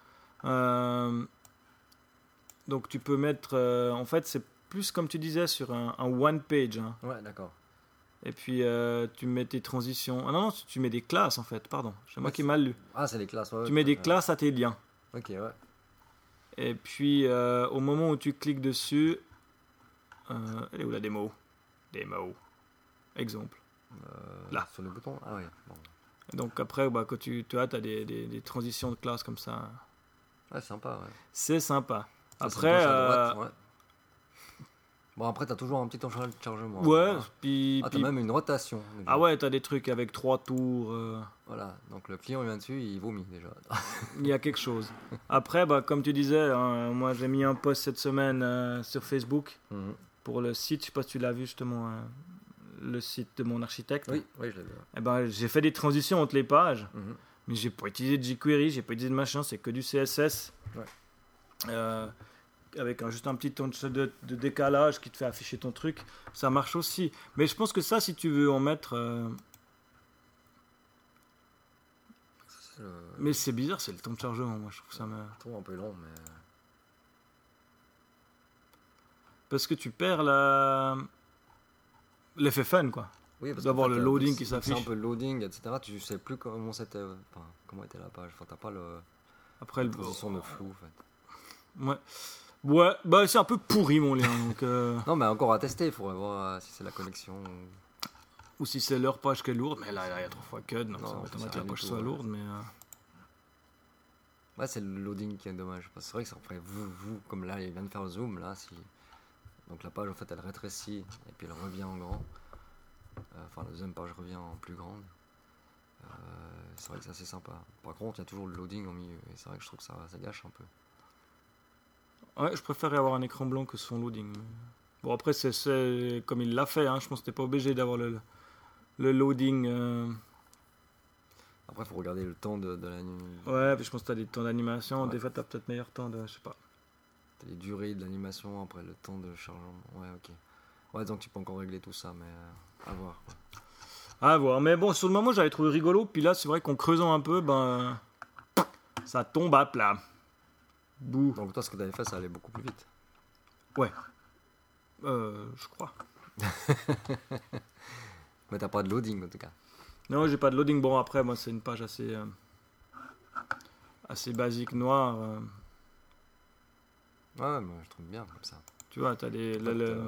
Donc tu peux mettre, en fait c'est plus comme tu disais sur un one page. Hein. Ouais, d'accord. Et puis tu mets tes transitions. Ah non, tu mets des classes en fait, pardon. C'est moi qui ai mal lu. Ah, c'est les classes. Ouais, tu mets des classes à tes liens. Ok, ouais. Et puis au moment où tu cliques dessus, elle est où la démo ? Exemple. Là. Sur le bouton. Ah ouais. Bon. Donc après, quand tu as des transitions de classe comme ça. Ouais, sympa, ouais. C'est sympa. Ça, Après, c'est à droite, ouais. Bon, après, t'as toujours un petit temps de chargement. ouais, Hein. puis T'as même une rotation. Déjà. Ah ouais, t'as des trucs avec 3 tours. Voilà, donc le client il vient dessus, il vomit déjà. Il y a quelque chose. Après, comme tu disais, hein, moi j'ai mis un post cette semaine sur Facebook pour le site. Je sais pas si tu l'as vu justement, le site de mon architecte. Oui, je l'ai vu. J'ai fait des transitions entre les pages, mais j'ai pas utilisé de jQuery, j'ai pas utilisé de machin, c'est que du CSS. Ouais. Avec juste un petit temps de décalage qui te fait afficher ton truc, ça marche aussi. Mais je pense que ça, si tu veux en mettre... Mais c'est bizarre, c'est le temps de chargement, moi je trouve ça... Je trouve un peu long, mais... Parce que tu perds l'effet fun, quoi. Oui, parce d'avoir le loading qui s'affiche. C'est un peu le loading, etc. Tu sais plus comment était la page. Enfin, t'as pas Après, la position de flou, en fait. Ouais. Ouais, c'est un peu pourri mon lien. Donc, Non, mais encore à tester, il faudrait voir si c'est la connexion. Ou si c'est leur page qui est lourde, mais là, il y a 3 fois CUD, donc Non, ça va t'en mettre rien la du page tout, soit ouais. lourde, mais... Ouais, c'est le loading qui est dommage. Parce que c'est vrai que ça ferait vous, comme là, il vient de faire le zoom, là, si... Donc la page, en fait, elle rétrécit, et puis elle revient en grand. Enfin, la deuxième page revient en plus grande. C'est vrai que c'est assez sympa. Par contre, il y a toujours le loading au milieu. Et c'est vrai que je trouve que ça gâche un peu. Ouais, je préférais avoir un écran blanc que son loading. Bon, après, c'est comme il l'a fait. Hein. Je pense que t'es pas obligé d'avoir le loading. Après, il faut regarder le temps de la nuit. Ouais, puis je pense que t'as des temps d'animation. Ouais. Des fois, t'as peut-être meilleur temps de. Je sais pas. T'as les durées de l'animation, après le temps de chargement. Ouais, ok. Ouais, donc tu peux encore régler tout ça, mais à voir. Quoi. À voir. Mais bon, sur le moment, j'avais trouvé rigolo. Puis là, c'est vrai qu'en creusant un peu, ça tombe à plat. Bouh. Donc toi, ce que t'avais fait, ça allait beaucoup plus vite. Ouais. Je crois. Mais t'as pas de loading en tout cas. Non, j'ai pas de loading. Bon, après, moi, c'est une page assez basique noire. Ouais, mais je trouve bien comme ça. Tu vois, t'as des.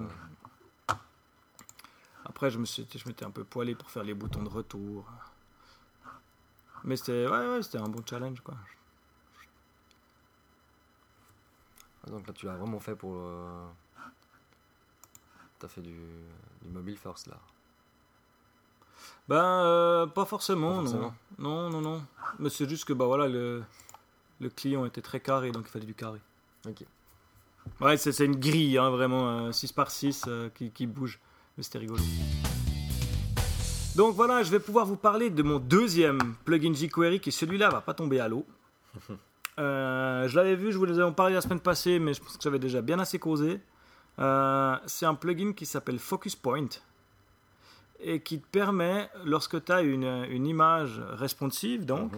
Après, je m'étais un peu poilé pour faire les boutons de retour. Mais c'était un bon challenge, quoi. Donc là, tu l'as vraiment fait pour. T'as fait du mobile first là. Pas forcément, Pas non. Non. Mais c'est juste que voilà, le client était très carré, donc il fallait du carré. Ok. Ouais, c'est une grille, hein, vraiment, 6 par 6 qui bouge. Mais c'était rigolo. Donc voilà, je vais pouvoir vous parler de mon deuxième plugin jQuery, qui celui-là va pas tomber à l'eau. Je l'avais vu, je vous en parlais la semaine passée, mais je pense que j'avais déjà bien assez causé. C'est un plugin qui s'appelle Focus Point et qui te permet, lorsque tu as une image responsive, donc,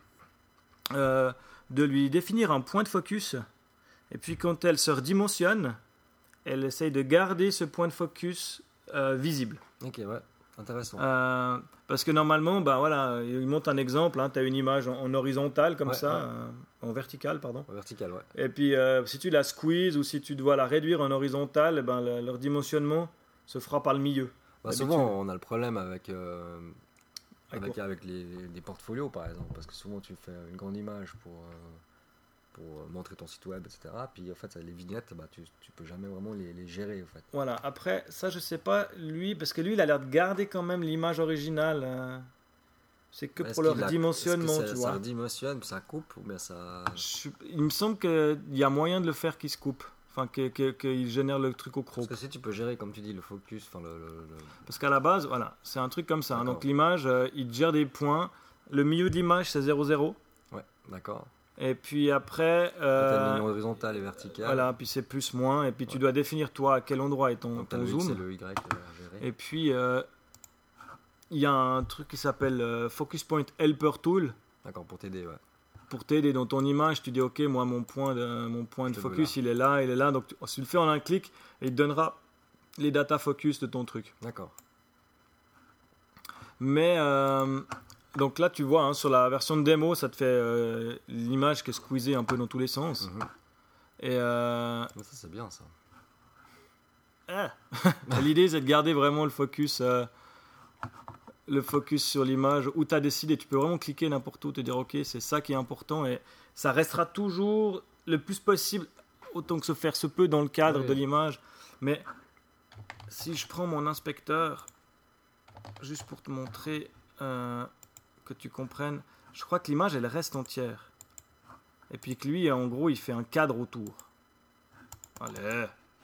de lui définir un point de focus. Et puis quand elle se redimensionne, elle essaye de garder ce point de focus visible. Ok, ouais, intéressant. Parce que normalement, voilà, il montre un exemple, hein, tu as une image en horizontale comme ça, ouais. En verticale, pardon. En vertical, ouais. Et puis si tu la squeezes ou si tu dois la réduire en horizontale, leur dimensionnement se fera par le milieu. Souvent, on a le problème avec les portfolios, par exemple, parce que souvent tu fais une grande image pour montrer ton site web, etc. Puis en fait, les vignettes, tu peux jamais vraiment les gérer, en fait. Voilà, après, ça je sais pas, lui, parce que lui, il a l'air de garder quand même l'image originale. C'est que pour leur dimensionnement, tu vois. Ça redimensionne, ça coupe, ou bien ça... Il me semble qu'il y a moyen de le faire qu'il se coupe. Enfin, qu'il génère le truc au crop. Parce que si tu peux gérer, comme tu dis, le focus, Parce qu'à la base, voilà, c'est un truc comme ça. Hein. Donc l'image, il gère des points. Le milieu de l'image, c'est 0,0. Ouais, d'accord. Et puis après... t'as une ligne horizontale et verticale. Voilà, puis c'est plus, moins. Et puis tu dois définir, toi, à quel endroit est ton zoom. C'est le Y à gérer. Et puis, il y a un truc qui s'appelle Focus Point Helper Tool. D'accord, pour t'aider, ouais. Pour t'aider dans ton image, tu dis ok, moi mon point de focus il est là, donc tu le fais en un clic et il te donnera les data focus de ton truc. D'accord. Mais donc là tu vois, hein, sur la version de démo, ça te fait l'image qui est squeezée un peu dans tous les sens. Et ça c'est bien ça. L'idée c'est de garder vraiment le focus sur l'image où tu as décidé. Tu peux vraiment cliquer n'importe où, te dire ok, c'est ça qui est important et ça restera toujours le plus possible, autant que se faire se peut dans le cadre de l'image. Mais si je prends mon inspecteur, juste pour te montrer que tu comprennes, je crois que l'image elle reste entière. Et puis que lui, en gros, il fait un cadre autour. Allez.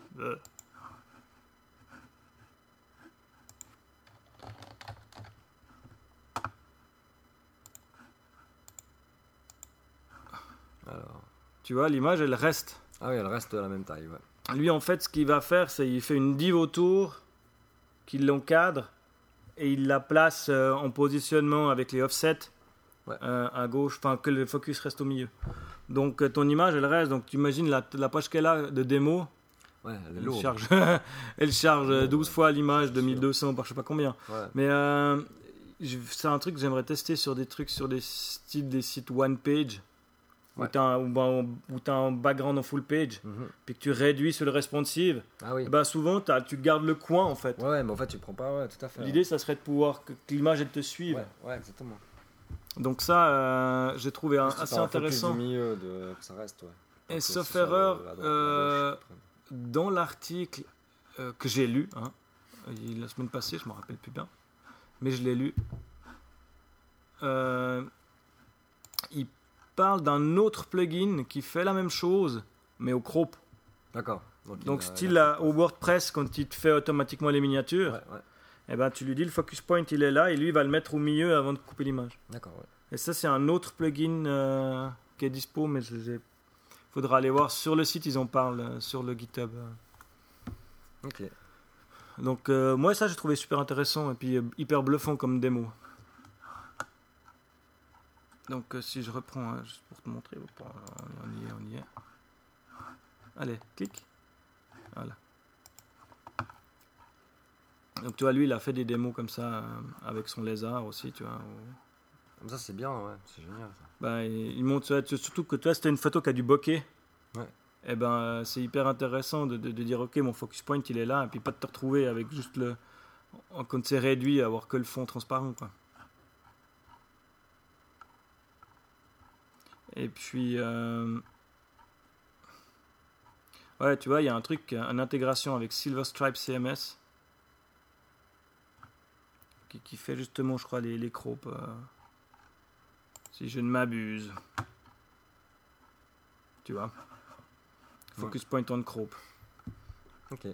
Alors. Tu vois, l'image, elle reste. Ah oui, elle reste de la même taille, ouais. Lui, en fait, ce qu'il va faire, c'est qu'il fait une div autour, qu'il l'encadre, et il la place en positionnement avec les offsets à gauche, enfin que le focus reste au milieu. Donc ton image, elle reste. Donc tu imagines la page qu'elle a de démo. Ouais, elle est lourde. Elle charge 12 fois l'image de 1200 par je sais pas combien. Ouais. Mais c'est un truc que j'aimerais tester sur des trucs, sur des sites one page. Où tu as un background en full page, puis que tu réduis sur le responsive, souvent tu gardes le coin en fait. Ouais, mais en fait tu prends pas, tout à fait. L'idée ça serait de pouvoir que l'image elle te suive. Ouais, exactement. Donc ça, j'ai trouvé assez intéressant. Du milieu que ça reste, Et sauf erreur, dans l'article que j'ai lu, la semaine passée, je me rappelle plus bien, mais je l'ai lu. il parle d'un autre plugin qui fait la même chose, mais au crop. D'accord. Donc style au WordPress, quand il te fait automatiquement les miniatures, et ben, tu lui dis le focus point il est là, et lui il va le mettre au milieu avant de couper l'image. D'accord, ouais. Et ça c'est un autre plugin qui est dispo, mais faudra aller voir sur le site, ils en parlent sur le GitHub. Ok. Donc moi ça j'ai trouvé super intéressant et puis hyper bluffant comme démo. Donc si je reprends juste pour te montrer, on y est. Allez, clique. Voilà. Donc tu vois, lui il a fait des démos comme ça avec son lézard aussi, tu vois. Comme ça c'est bien, ouais, c'est génial ça. Ben, il montre ça, surtout que toi c'était une photo qui a du bokeh. Ouais. Et ben c'est hyper intéressant de dire ok mon focus point il est là et puis pas de te retrouver avec juste quand c'est réduit à avoir que le fond transparent quoi. Et puis ouais tu vois il y a un truc, une intégration avec Silver Stripe CMS qui fait justement je crois les crops si je ne m'abuse. Tu vois. Focus point on crop. Ok.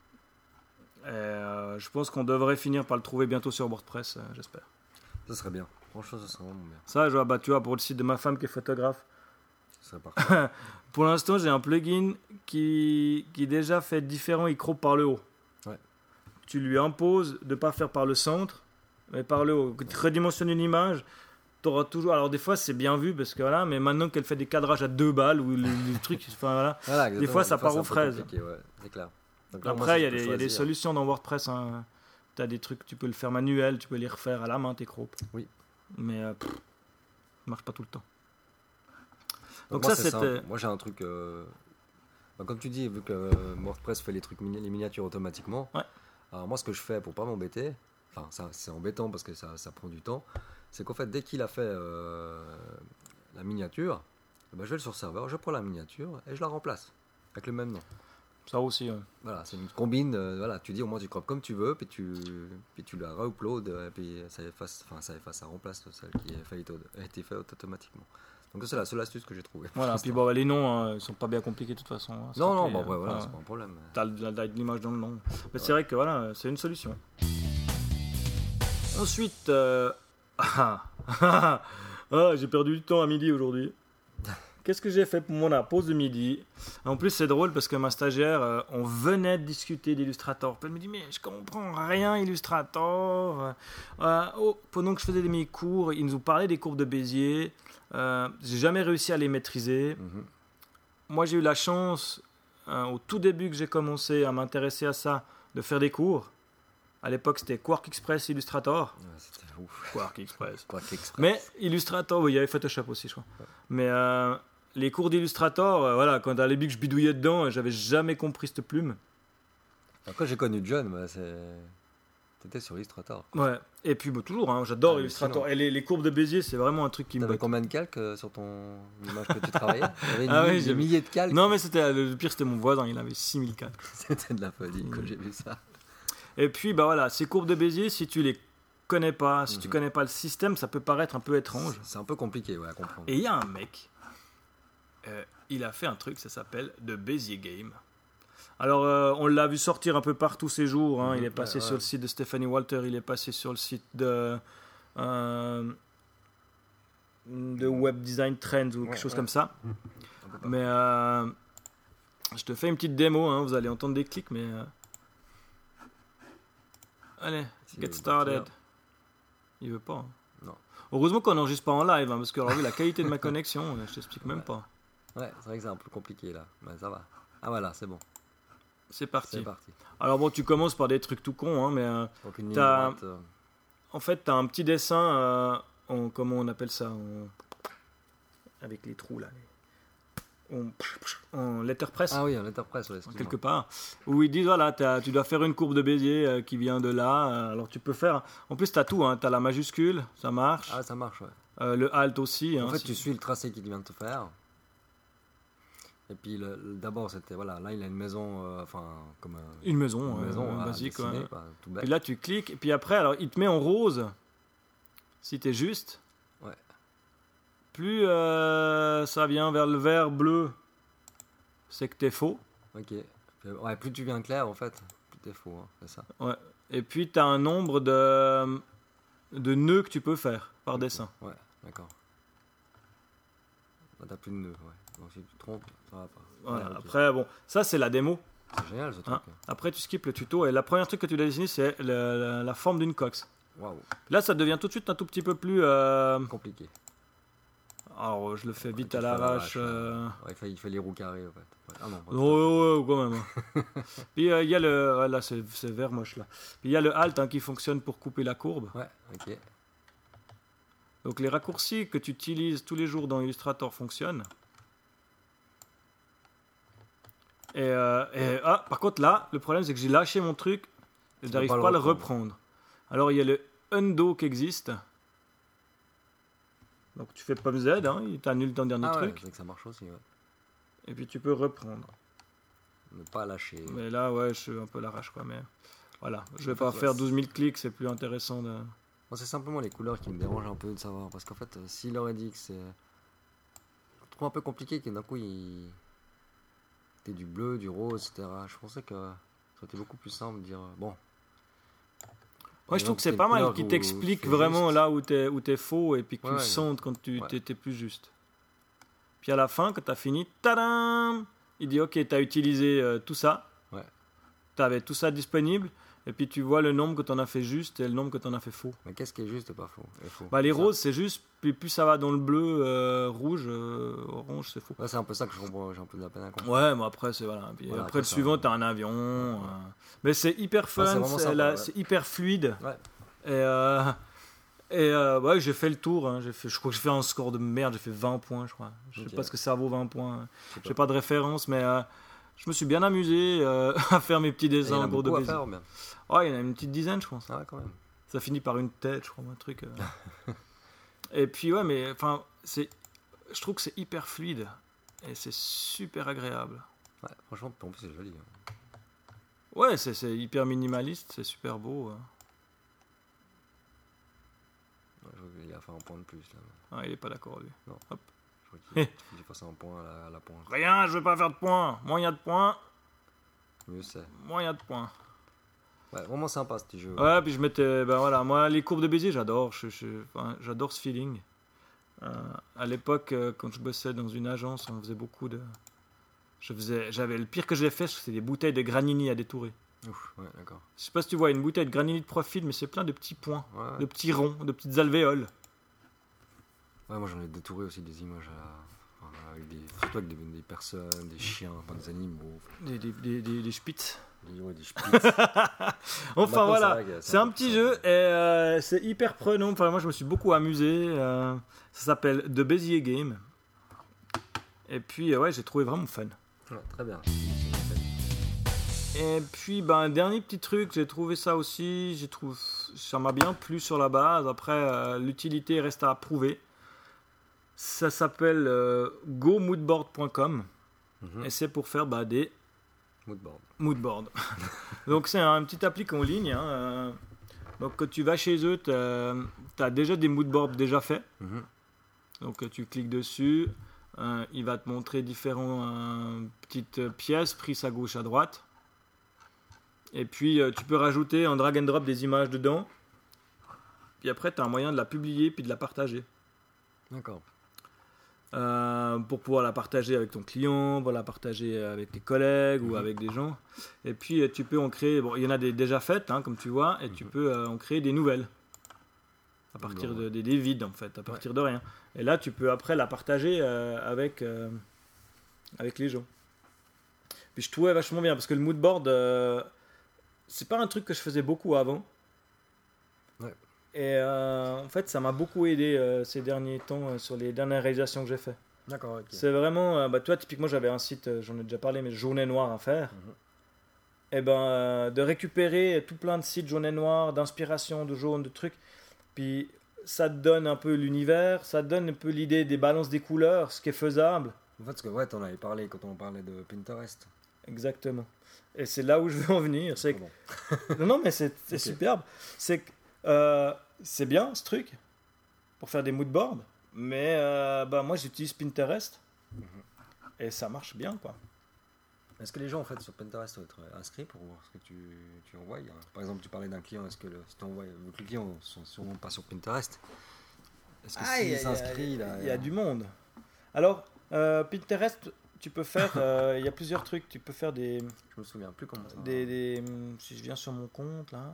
Je pense qu'on devrait finir par le trouver bientôt sur WordPress, j'espère. Ça serait bien. Franchement, ça serait vraiment bien. Ça, tu vois, pour le site de ma femme qui est photographe. Ça serait parfait. Pour l'instant, j'ai un plugin qui déjà fait différent, il crop par le haut. Ouais. Tu lui imposes de ne pas faire par le centre, mais par le haut. Quand tu redimensionnes une image, tu auras toujours. Alors, des fois, c'est bien vu, parce que voilà, mais maintenant qu'elle fait des cadrages à 2 balles, ou les trucs, enfin voilà. Des fois, ça part aux fraises. Ouais, c'est clair. Donc, là, après, il y a des solutions dans WordPress. Hein. Tu as des trucs, tu peux le faire manuel, tu peux les refaire à la main, tes crops. Oui. Mais ça marche pas tout le temps. Donc ça, c'était. Moi, j'ai un truc. Comme tu dis, vu que WordPress fait les miniatures automatiquement. Ouais. Alors moi, ce que je fais pour pas m'embêter, enfin, ça, c'est embêtant parce que ça prend du temps. C'est qu'en fait, dès qu'il a fait la miniature, je vais sur le serveur, je prends la miniature et je la remplace avec le même nom. Ça aussi, ouais. Voilà, c'est une combine. Voilà, tu dis au moins tu croppes comme tu veux, puis tu la re-upload, et puis ça remplace celle qui a été faite automatiquement. Donc c'est la seule astuce que j'ai trouvée. Voilà, puis bon, les noms, ils sont pas bien compliqués de toute façon. Hein, non, voilà, c'est pas un problème. T'as l'image dans le nom. Mais c'est vrai que voilà, c'est une solution. Ensuite, j'ai perdu du temps à midi aujourd'hui. Qu'est-ce que j'ai fait pour mon pause de midi? En plus, c'est drôle parce que ma stagiaire, on venait de discuter d'Illustrator. Elle me dit, mais je comprends rien, Illustrator. Pendant que je faisais mes cours, ils nous parlaient des courbes de Bézier. J'ai jamais réussi à les maîtriser. Mm-hmm. Moi, j'ai eu la chance, au tout début que j'ai commencé à m'intéresser à ça, de faire des cours. À l'époque, c'était Quark Express, Illustrator. Ouais, c'était ouf. Quark Express. Express. Mais Illustrator, il y avait Photoshop aussi, je crois. Ouais. Mais les cours d'Illustrator, voilà, quand à l'époque je bidouillais dedans, j'avais jamais compris cette plume. Quand j'ai connu John, t'étais sur Illustrator. Ouais, et puis toujours, hein, j'adore Illustrator. Et les courbes de Bézier, c'est vraiment un truc qui me botte. T'avais combien de calques sur ton image que tu travaillais? T'avais des milliers de calques. Non, mais le pire, c'était mon voisin, il avait 6000 calques. C'était de la folie quand j'ai vu ça. Et puis, voilà, ces courbes de Bézier, si tu les connais pas, si tu connais pas le système, ça peut paraître un peu étrange. C'est un peu compliqué, à comprendre. Et il y a un mec, il a fait un truc, ça s'appelle The Bézier Game. Alors, on l'a vu sortir un peu partout ces jours. Hein. Il est passé sur le site de Stephanie Walter, il est passé sur le site de Web Design Trends ou quelque chose comme ça. Mais je te fais une petite démo, hein. Vous allez entendre des clics, mais... Allez, get started. Il veut pas. Hein. Non. Heureusement qu'on n'enregistre pas en live, hein, parce que alors, la qualité de ma connexion, je t'explique même pas. Ouais, c'est vrai que c'est un peu compliqué là, mais ça va. Ah voilà, c'est bon. C'est parti. Alors bon, tu commences par des trucs tout cons, hein, mais donc une ligne droite, en fait, t'as un petit dessin, comment on appelle ça, avec les trous là, en letterpress. Ah oui, en letterpress, ouais, quelque part, où ils disent voilà, tu dois faire une courbe de Bézier qui vient de là. Alors tu peux faire. En plus, t'as tout, hein, t'as la majuscule, ça marche. Ah, ça marche, ouais. Le alt aussi. En fait, tu suis le tracé qu'il vient de te faire. Et puis d'abord, c'était voilà, là il a une maison, comme une maison basique, dessinée, ouais. Puis là, tu cliques. Et puis après, alors il te met en rose, si t'es juste. plus ça vient vers le vert bleu, c'est que t'es faux. Ok. Ouais, plus tu viens clair, en fait, plus t'es faux, hein, c'est ça. Ouais. Et puis t'as un nombre de nœuds que tu peux faire par dessin. Ouais, d'accord. Bah, t'as plus de nœuds, ouais. Donc si tu te trompes, ça va pas. Voilà. Ouais, ok. Après, bon, ça c'est la démo. C'est génial ce truc. Hein. Après, tu skippes le tuto et la première truc que tu dois dessiner, c'est la forme d'une coque. Waouh, Là, ça devient tout de suite un tout petit peu plus. compliqué. Alors, je le fais vite Tu à fais l'arrache. là. Ouais, il fait les roues carrées, en fait. Ouais. Ah non, pas Oh, quand même. Puis il y a le. Ouais, là, c'est vert moche là. Puis il y a le Alt qui fonctionne pour couper la courbe. Ouais, ok. Donc les raccourcis que tu utilises tous les jours dans Illustrator fonctionnent. Par contre là, le problème c'est que j'ai lâché mon truc et je n'arrive pas à le reprendre. Alors il y a le undo qui existe. Donc tu fais pomme Z, hein, il t'annule ton dernier truc. Ouais, c'est que ça marche aussi, ouais. Et puis tu peux reprendre. Ne pas lâcher. Mais là, ouais, je suis un peu l'arrache quoi. Mais voilà, je vais pas faire 12 000 clics, c'est plus intéressant de. Moi, c'est simplement les couleurs qui me dérangent un peu de savoir. Parce qu'en fait, s'il aurait dit que c'est. Je trouve un peu compliqué que d'un coup il. T'es du bleu, du rose, etc. Je pensais que ça aurait été beaucoup plus simple de dire. Bon. Ouais, je trouve que c'est pas mal qui t'explique vraiment là où t'es faux et puis que tu sentes quand tu t'es plus juste. Puis à la fin, quand t'as fini, tadam, il dit ok, t'as utilisé tout ça. Ouais. T'avais tout ça disponible. Et puis tu vois le nombre que t'en as fait juste et le nombre que t'en as fait faux. Mais qu'est-ce qui est juste et pas faux, Bah, les roses, c'est juste. Puis plus ça va dans le bleu, rouge, orange, c'est faux. Ouais, c'est un peu ça que je comprends. J'ai un peu de la peine à comprendre. Ouais, mais après, c'est voilà. Puis Voilà, après, le ça, suivant, t'as un avion. Mais c'est hyper fun, c'est sympa, c'est hyper fluide. Ouais. Ouais, j'ai fait le tour. Hein. Je crois que j'ai fait un score de merde. J'ai fait 20 points, je crois. Je sais pas ce que ça vaut 20 points. J'ai pas de référence, mais je me suis bien amusé à faire mes petits dessins en cours de plaisir. Ouais, il y en a une petite dizaine, je pense. Ah ouais, quand même. Ça finit par une tête, je crois, un truc. Et puis, ouais, mais enfin, je trouve que c'est hyper fluide et c'est super agréable. Ouais, franchement, en plus, c'est joli. Hein. Ouais, c'est hyper minimaliste, c'est super beau. Ouais, je vois qu'il a fait un point de plus là. Ah, il est pas d'accord, lui. Non. Hop. Je vois qu'il j'ai passé un point à la pointe. Rien, je veux pas faire de points. Moins il y a de points, Mieux c'est. moins il y a de points. Ouais, vraiment sympa ce petit jeu. Ouais, puis je mettais. Ben voilà, moi, les courbes de Bézier, j'adore. J'adore ce feeling. À l'époque, quand je bossais dans une agence, on faisait beaucoup de. J'avais le pire que j'ai fait, c'était des bouteilles de Granini à détourer. Ouf, ouais, d'accord. Je sais pas si tu vois une bouteille de Granini de profil, mais c'est plein de petits points, Ouais. de petits ronds, de petites alvéoles. Ouais, moi j'en ai détouré aussi des images avec surtout avec des personnes, des chiens, enfin, des animaux. Des spitz. Des spitz. Enfin voilà, c'est un petit jeu ça. et c'est hyper prenant. Enfin, moi je me suis beaucoup amusé. Ça s'appelle The Bézier Game. Et puis ouais, j'ai trouvé vraiment fun. Ouais, très bien. Et puis dernier petit truc, j'ai trouvé ça aussi. Ça m'a bien plu sur la base. Après, l'utilité reste à prouver. Ça s'appelle gomoodboard.com et c'est pour faire des moodboards. Donc c'est un petit applique en ligne. Hein, donc quand tu vas chez eux, tu as déjà des moodboards déjà faits. Donc tu cliques dessus, il va te montrer différentes petites pièces prises à gauche à droite. Et puis tu peux rajouter en drag and drop des images dedans. Puis après tu as un moyen de la publier puis de la partager. D'accord. Pour pouvoir la partager avec ton client, pour la partager avec tes collègues ou avec des gens. Et puis tu peux en créer, il y en a déjà faites, hein, comme tu vois, et tu peux en créer des nouvelles à partir des vides en fait, à partir de rien. Et là tu peux après la partager avec les gens. Puis je trouvais vachement bien parce que le moodboard, c'est pas un truc que je faisais beaucoup avant. Ouais. Et en fait, ça m'a beaucoup aidé ces derniers temps sur les dernières réalisations que j'ai fait. D'accord, ok. C'est vraiment, toi typiquement j'avais un site, j'en ai déjà parlé, mais Journée Noire à faire. Et de récupérer tout plein de sites Journée Noire, d'inspiration, de jaune, de trucs. Puis ça te donne un peu l'univers, ça te donne un peu l'idée des balances des couleurs, ce qui est faisable. En fait, parce que t'en avais parlé quand on parlait de Pinterest. Exactement. Et c'est là où je veux en venir. C'est que... non, mais c'est superbe. C'est que c'est bien ce truc pour faire des moodboards. Mais moi, j'utilise Pinterest. Et ça marche bien, quoi. Est-ce que les gens, en fait, sur Pinterest doivent être inscrits pour voir ce que tu envoies? Par exemple, tu parlais d'un client, est-ce que si tu envoies, vu que les clients sont sûrement pas sur Pinterest, est-ce que s'ils s'inscrivent, il y a du monde. Alors, Pinterest, tu peux faire, il y a plusieurs trucs. Tu peux faire des... Je me souviens plus comment ça... si je viens sur mon compte, là...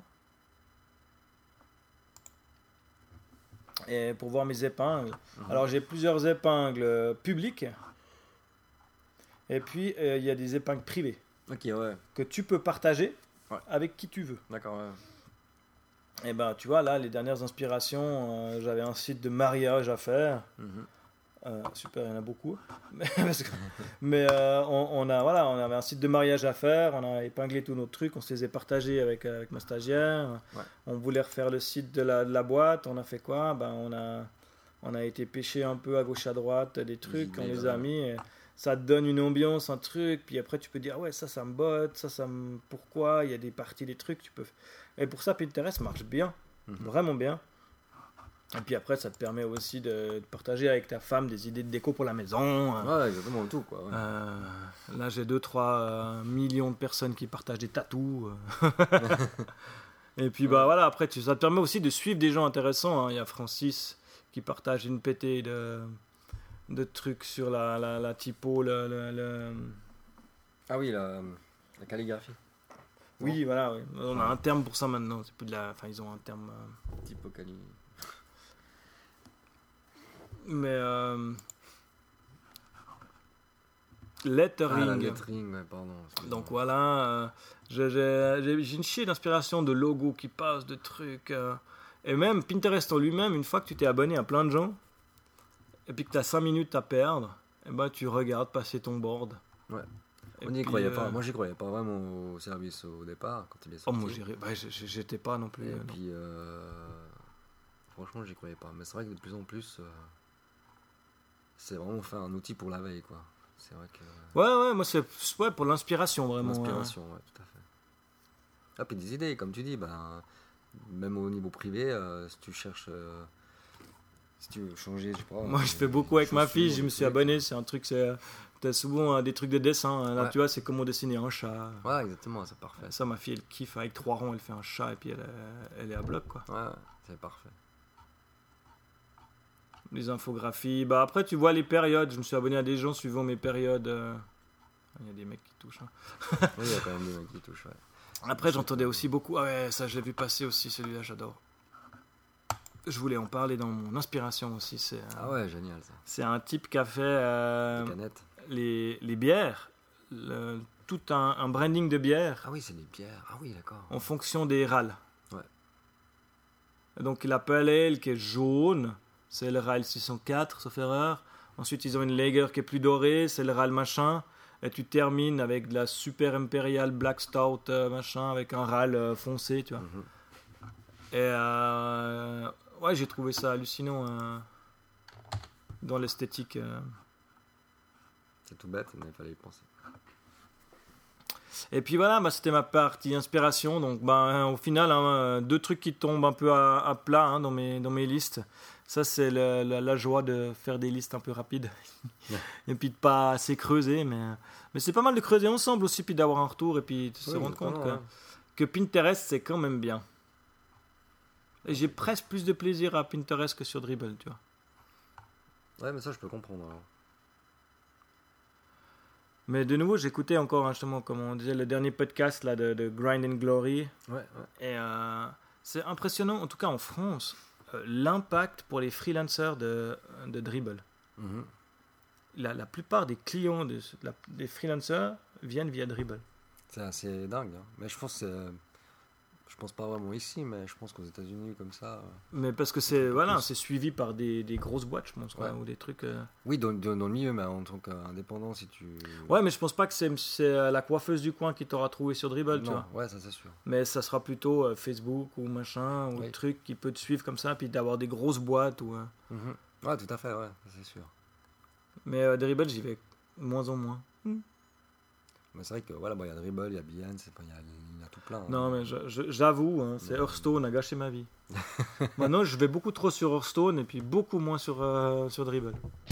Et pour voir mes épingles. Alors, j'ai plusieurs épingles publiques. Et puis, il y a des épingles privées. Ok, ouais. Que tu peux partager avec qui tu veux. D'accord, ouais. Et ben, tu vois, là, les dernières inspirations, j'avais un site de mariage à faire. Super, il y en a beaucoup. Mais on avait un site de mariage à faire. On a épinglé tous nos trucs. On se les a partagés avec ma stagiaire. Ouais. On voulait refaire le site de la boîte. On a fait quoi? Ben, on a été pêcher un peu à gauche à droite des trucs. On les a mis. Et ça te donne une ambiance, un truc. Puis après, tu peux dire, ouais, ça me botte. Ça me... Pourquoi? Il y a des parties, des trucs. Tu peux... Et pour ça, Pinterest marche bien. Vraiment bien. Et puis après, ça te permet aussi de partager avec ta femme des idées de déco pour la maison. Ouais, exactement, tout, quoi. Ouais. Là, j'ai 2-3 millions de personnes qui partagent des tatous. Et puis, voilà, après, ça te permet aussi de suivre des gens intéressants. Hein. Il y a Francis qui partage une pétée de trucs sur la typo, Ah oui, la calligraphie. Oui, voilà. Oui. On a un terme pour ça maintenant. C'est plus de la... Enfin, ils ont un terme... Typo calligraphie. Mais lettering. Lettering, ouais, pardon. Donc voilà, j'ai une chier d'inspiration de logos qui passent, de trucs. Et même Pinterest en lui-même, une fois que tu t'es abonné à plein de gens, et puis que tu as 5 minutes à perdre, et ben tu regardes passer ton board. Ouais. On n'y croyait pas. Moi, j'y croyais pas vraiment au service au départ, quand il est sorti. Oh, moi, j'étais pas non plus. Et puis, franchement, j'y croyais pas. Mais c'est vrai que de plus en plus... c'est vraiment faire un outil pour la veille, quoi. C'est vrai que... Ouais, moi c'est pour l'inspiration, vraiment. L'inspiration, ouais, tout à fait. Ah, puis des idées, comme tu dis, même au niveau privé, si tu cherches... si tu veux changer, je sais pas... Moi, je fais beaucoup avec ma fille, je me suis abonné, c'est un truc, t'as souvent des trucs de dessin. Là, tu vois, c'est comment dessiner un chat. Ouais, exactement, c'est parfait. Ça, ma fille, elle kiffe, avec 3 rangs, elle fait un chat, et puis elle est à bloc, quoi. Ouais, c'est parfait. Les infographies. Après, tu vois les périodes. Je me suis abonné à des gens suivant mes périodes. Il y a des mecs qui touchent. Hein. Oui, il y a quand même des mecs qui touchent, ouais. Après, j'entendais aussi beaucoup. Ah ouais, ça, je l'ai vu passer aussi, celui-là, j'adore. Je voulais en parler dans mon inspiration aussi. Ah ouais, génial, ça. C'est un type qui a fait les canettes. Les bières. Tout un branding de bière. Ah oui, c'est les bières. Ah oui, d'accord. En fonction des râles. Ouais. Donc, la Pale Ale qui est jaune... C'est le RAL 604, sauf erreur. Ensuite, ils ont une Lager qui est plus dorée, c'est le RAL machin. Et tu termines avec de la Super Imperial Black Stout machin, avec un RAL foncé, tu vois. Et ouais, j'ai trouvé ça hallucinant dans l'esthétique. C'est tout bête, mais il fallait y penser. Et puis voilà, c'était ma partie inspiration. Donc, au final, 2 trucs qui tombent un peu à plat dans mes listes. Ça, c'est la joie de faire des listes un peu rapides. Et puis de pas assez creuser. Mais c'est pas mal de creuser ensemble aussi, puis d'avoir un retour et puis de se rendre compte que Pinterest, c'est quand même bien. Et j'ai presque plus de plaisir à Pinterest que sur Dribbble, tu vois. Ouais, mais ça, je peux comprendre. Alors. Mais de nouveau, j'écoutais encore, justement, comme on disait, le dernier podcast là, de Grind and Glory. Ouais. Et c'est impressionnant, en tout cas en France, l'impact pour les freelancers de Dribbble. La plupart des clients des freelancers viennent via Dribbble. C'est assez dingue. Hein. Mais je pense pas vraiment ici, mais je pense qu'aux États-Unis comme ça. Mais parce que c'est suivi par des grosses boîtes, je pense, ou des trucs. Oui, dans le milieu, mais en tant qu'indépendant, si tu. Ouais, mais je pense pas que c'est la coiffeuse du coin qui t'aura trouvé sur Dribbble, tu vois. Ouais, ça c'est sûr. Mais ça sera plutôt Facebook ou machin, ou truc qui peut te suivre comme ça, puis d'avoir des grosses boîtes ou. Ouais, tout à fait, ouais, c'est sûr. Mais Dribbble, j'y vais de moins en moins. Mais c'est vrai que voilà, il y a Dribble, il y a Behance, il y a tout plein. Non, mais j'avoue, hein, c'est Hearthstone a gâché ma vie. Maintenant, je vais beaucoup trop sur Hearthstone et puis beaucoup moins sur Dribble.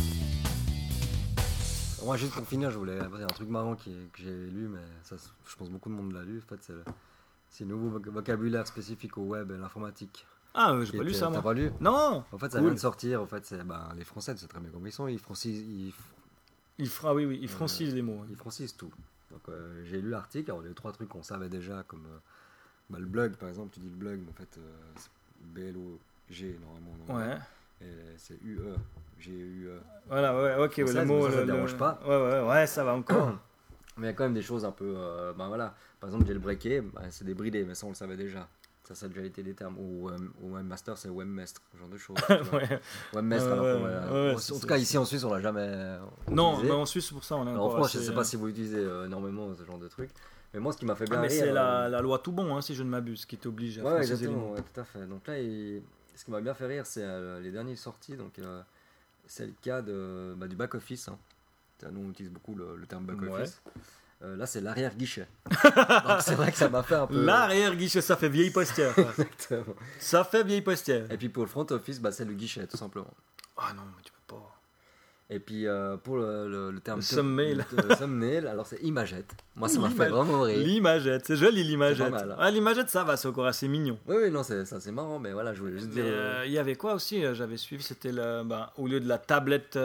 Moi, juste pour finir, je voulais c'est un truc marrant que j'ai lu, mais ça, je pense beaucoup de monde l'a lu. En fait, c'est le nouveau vocabulaire spécifique au web et l'informatique. Ah, j'ai pas lu ça, T'as moi. pas lu? Non. En fait, ça Cool. vient de sortir. En fait, les Français, c'est très bien comme ils sont. Ils francisent, Il francise les mots. ils francisent tout. Donc, j'ai lu l'article. Alors, il y a 3 trucs qu'on savait déjà, comme le blog, par exemple. Tu dis le blog, mais en fait, c'est B-L-O-G normalement. En anglais. Ouais. Et c'est U-E. G-U-E. Voilà, ouais, ok, Française, le mot. mais ça te dérange pas. Ouais, ça va encore. Mais il y a quand même des choses un peu. Voilà. Par exemple, jailbreaker, c'est débridé, mais ça, on le savait déjà. Ça a déjà été des termes. Ou webmaster, c'est webmestre, ce genre de choses. Ouais. Webmestre, en tout cas, ici en Suisse, on l'a jamais. Non, utilisé. mais en Suisse, c'est pour ça, on est Alors, en encore France, je assez, sais pas si vous utilisez énormément ce genre de truc. Mais moi, ce qui m'a fait bien mais rire. c'est la loi tout bon, hein, si je ne m'abuse, qui t'oblige à Ouais, franciser les exactement, mots. ouais, tout à fait. Donc là, ce qui m'a bien fait rire, c'est les dernières sorties. Donc, c'est le cas du back-office. Hein. Nous, on utilise beaucoup le terme back-office. Là, c'est l'arrière-guichet. Donc, c'est vrai que ça m'a fait un peu. L'arrière-guichet, ça fait vieille postière. Exactement. Ça fait vieille postière. Et puis pour le front office, c'est le guichet, tout simplement. Ah non, mais tu peux pas. Et puis pour le terme. Le thumbnail. Le thumbnail, alors c'est imagette. Moi, ça m'a fait vraiment rire. L'imagette, c'est joli l'imagette. C'est pas mal. Ah, l'imagette, ça va, c'est encore assez mignon. Oui, non, c'est marrant, mais voilà, je voulais juste dire. Il y avait quoi aussi, j'avais suivi, c'était au lieu de la tablette.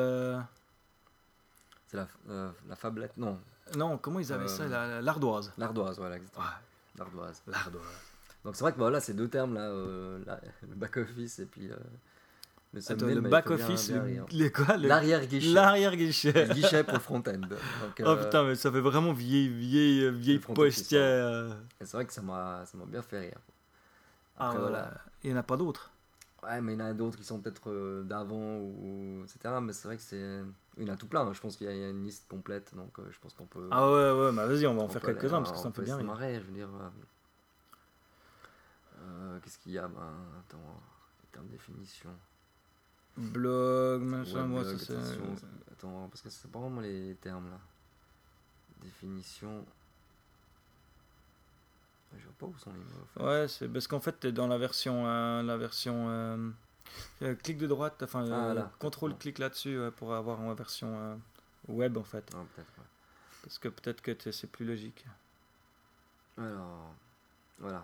C'est la fablette, non. Non, comment ils avaient ça, l'ardoise. L'ardoise, voilà, exactement. Ouais. L'ardoise. Donc c'est vrai que voilà, ces deux termes là, le back-office et puis le Attends, thumbnail, le mais il back-office, faut bien rire. l'arrière-guichet. L'arrière-guichet. Le guichet pour le front-end. Donc, Oh putain, mais ça fait vraiment vieille front office, postière. et c'est vrai que ça m'a bien fait rire. Ah, Après, voilà. Il n'y en a pas d'autres. Ouais, mais il y en a d'autres qui sont peut-être d'avant, ou etc. Mais c'est vrai que il y en a tout plein. Hein. Je pense qu'il y a une liste complète, donc je pense qu'on peut. Ah ouais, bah vas-y, on va en on faire peut quelques-uns aller- parce que ça me fait on peut bien se rire. marrer, je veux dire. Qu'est-ce qu'il y a attends, en termes de définition. Blog, machin, moi Weblog, ça c'est. attention, attends, parce que c'est pas vraiment les termes là. Définition. Je vois pas où sont les mots. En fait. Ouais, c'est parce qu'en fait, t'es dans la version. Clic de droite, enfin, là, contrôle, clic là-dessus pour avoir en version web en fait. Non, peut-être, ouais. Parce que peut-être que c'est plus logique. Alors, voilà.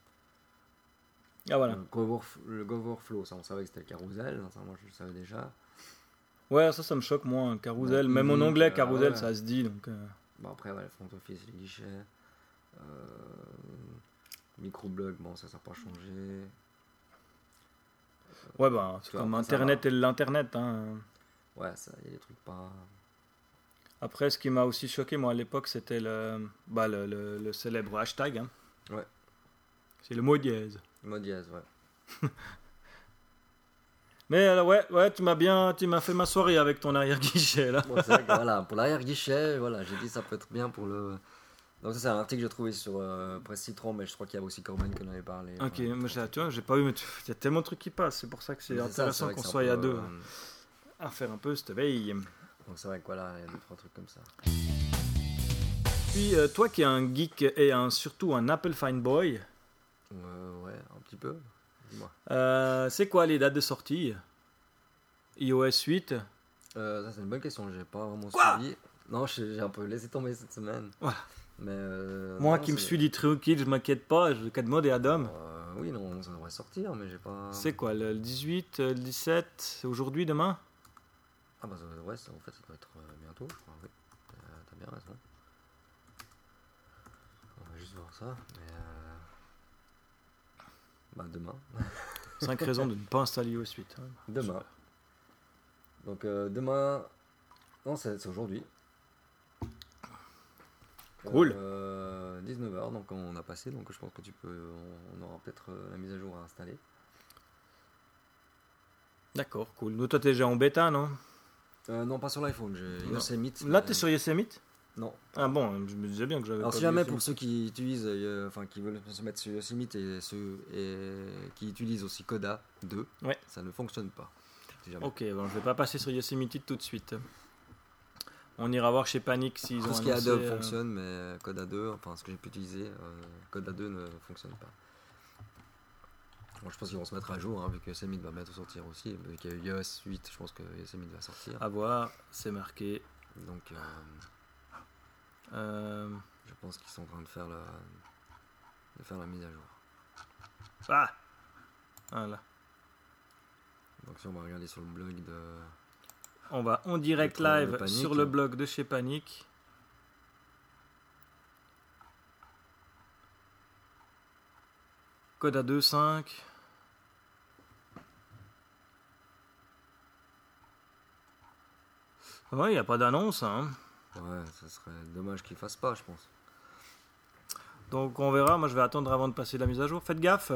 Ah voilà. Le Goverflow, ça on savait que c'était le carousel, ça moi je le savais déjà. Ouais, ça me choque moi, un carousel. Ouais, Même en anglais, carousel, ouais. ça se dit donc. Bon, après, voilà, le front office, les guichets. Microblog, bon, ça n'a pas changé. Ouais, bah, c'est tu vois, comme après, ça Internet va. et l'internet. Hein. Ouais, il y a des trucs pas. Après, ce qui m'a aussi choqué, moi, à l'époque, c'était le célèbre hashtag. Hein. Ouais. C'est le mot dièse. Mode dièse, ouais. Mais ouais, tu m'as fait ma soirée avec ton arrière-guichet, là. Bon, c'est vrai que voilà, pour l'arrière-guichet, voilà, j'ai dit ça peut être bien pour le. Donc, ça, c'est un article que j'ai trouvé sur Presse Citron, mais je crois qu'il y a aussi Corben qui en avait parlé. Ok, mais tu vois, j'ai pas eu, mais il y a tellement de trucs qui passent, c'est pour ça que c'est intéressant qu'on soit à deux à faire un peu cette veille. Donc, c'est vrai que voilà, il y a 2-3 trucs comme ça. Puis, toi qui es un geek et surtout un Apple fanboy, Ouais, un petit peu. Dis-moi. c'est quoi les dates de sortie iOS 8 Ça, c'est une bonne question, j'ai pas vraiment Quoi suivi. Non, j'ai un peu laissé tomber cette semaine. Voilà. Mais, Moi non, qui me suis dit tranquille, je m'inquiète pas, je vais demander à Dom. Oui, non, ça devrait sortir, mais j'ai pas. C'est quoi, le 18, le 17, c'est aujourd'hui, demain Ah bah ouais, en fait ça doit être bientôt, je crois, oui. T'as bien raison. On va juste voir ça, mais demain. 5 raisons de ne pas installer iOS 8. Hein. Demain. Donc demain... Non, c'est aujourd'hui. Cool. 19h, donc on a passé, donc je pense que on aura peut-être la mise à jour à installer. D'accord, cool. Nous, toi, t'es déjà en bêta, non Non, pas sur l'iPhone, j'ai Yosemite. Là, t'es sur Yosemite Non. Ah bon, je me disais bien que j'avais. Alors pas si vu jamais Yosemite. pour ceux qui utilisent, qui veulent se mettre sur Yosemite et ceux qui utilisent aussi Coda 2, Ouais. ça ne fonctionne pas. Si jamais. Ok, bon, je vais pas passer sur Yosemite tout de suite. On ira voir chez Panic s'ils ont Tout ce qui est annoncé, Adobe fonctionne, mais Code A2, enfin ce que j'ai pu utiliser, Code A2 ne fonctionne pas. Bon, je pense qu'ils vont se mettre à jour, hein, vu que Yosemite va bientôt sortir aussi. Vu qu'il y a eu iOS 8, je pense que Yosemite va sortir. À voir, c'est marqué. Donc, Euh, je pense qu'ils sont en train de faire la mise à jour. Ah Voilà. Donc, si on va regarder sur le blog de. On va en direct Le travail de live Panic. sur le blog de chez Panic. Code A2.5. Ouais, il n'y a pas d'annonce. Hein. Ouais, ça serait dommage qu'ils fassent pas, je pense. Donc on verra. Moi, je vais attendre avant de passer la mise à jour. Faites gaffe.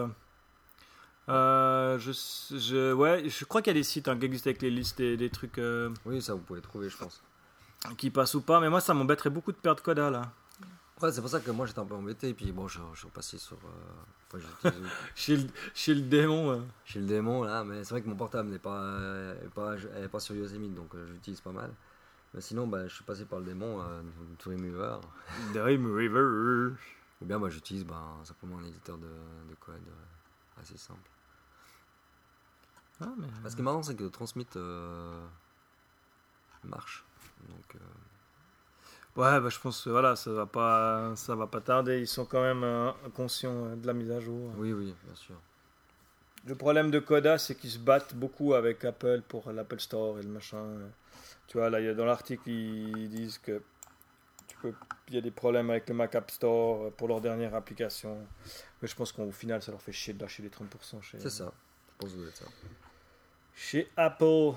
Je crois qu'il y a des sites qui existent avec les listes des trucs Oui, ça vous pouvez trouver, je pense. qui passent ou pas. Mais moi, ça m'embêterait beaucoup de perdre Coda là. Ouais, c'est pour ça que moi j'étais un peu embêté. Et puis bon, je suis repassé sur. Chez le démon. Chez le démon là, mais c'est vrai que mon portable n'est pas sur Yosemite, donc j'utilise pas mal. Mais sinon, bah, je suis passé par le démon, Dreamweaver. Dreamweaver. Ou bien, bah, j'utilise simplement un éditeur de code assez simple. Ah, mais... Ce qui est marrant, c'est que Transmit marche. Donc, ouais, bah, je pense que voilà, ça va pas tarder. Ils sont quand même conscients de la mise à jour. oui, bien sûr. Le problème de Coda, c'est qu'ils se battent beaucoup avec Apple pour l'Apple Store et le machin. Tu vois, là, dans l'article, ils disent que il y a des problèmes avec le Mac App Store pour leur dernière application. Mais je pense qu'au final, ça leur fait chier de lâcher les 30% chez... C'est ça. Je pense que ça doit être ça. Chez Apple.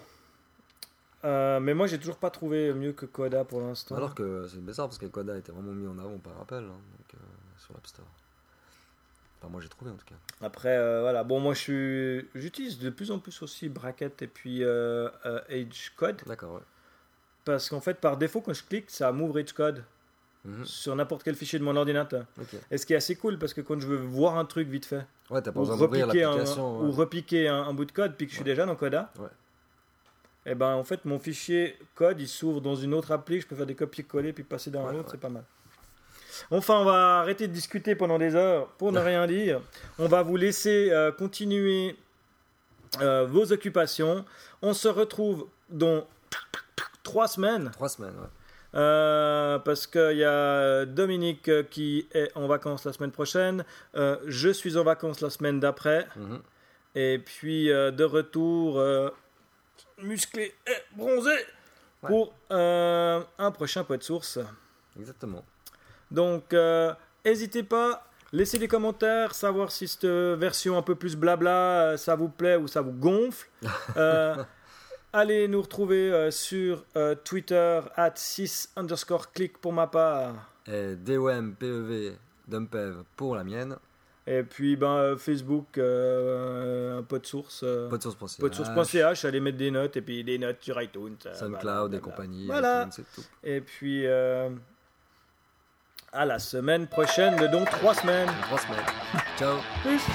Mais moi, j'ai toujours pas trouvé mieux que Coda pour l'instant. Alors que c'est bizarre parce que Coda a été vraiment mis en avant par Apple, hein, donc, sur l'App Store. Enfin, moi j'ai trouvé en tout cas. Après, voilà. Bon, moi j'utilise de plus en plus aussi Bracket et puis Edgecode. D'accord, ouais. Parce qu'en fait, par défaut, quand je clique, ça m'ouvre Edgecode sur n'importe quel fichier de mon ordinateur. Okay. Et ce qui est assez cool parce que quand je veux voir un truc vite fait, ouais, t'as pas besoin d'ouvrir l'application. ou repiquer un bout de code, puis que je suis déjà dans Coda. Ouais. Et ben en fait, mon fichier code il s'ouvre dans une autre appli, je peux faire des copier-coller puis passer dans l'autre, c'est pas mal. Enfin, on va arrêter de discuter pendant des heures pour ne rien dire. On va vous laisser continuer vos occupations. On se retrouve dans 3 semaines. 3 semaines, ouais. Parce qu'il y a Dominique qui est en vacances la semaine prochaine. Je suis en vacances la semaine d'après. Et puis de retour musclé et bronzé pour un prochain Pod Source. Exactement. Donc, n'hésitez pas, laissez des commentaires, savoir si cette version un peu plus blabla, ça vous plaît ou ça vous gonfle. Allez nous retrouver sur Twitter @6_click pour ma part. Et DOMPEV Dumpev pour la mienne. Et puis Facebook, un Podsource. Podsource.ch. Podsource.ch, allez mettre des notes et puis des notes sur iTunes. SoundCloud et compagnie. Voilà. iTunes, c'est tout. Et puis à la semaine prochaine, donc 3 semaines. 3 semaines. Ciao. Peace.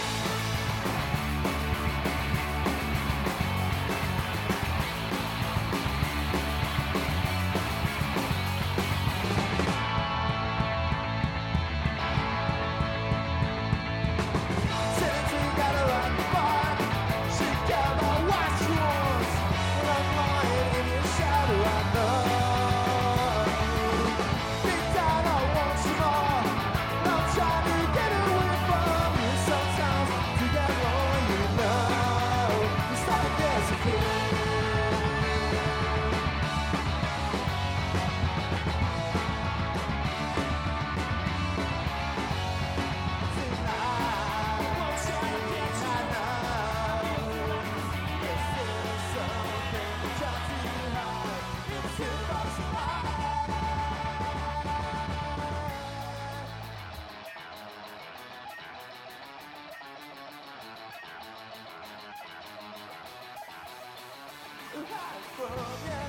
From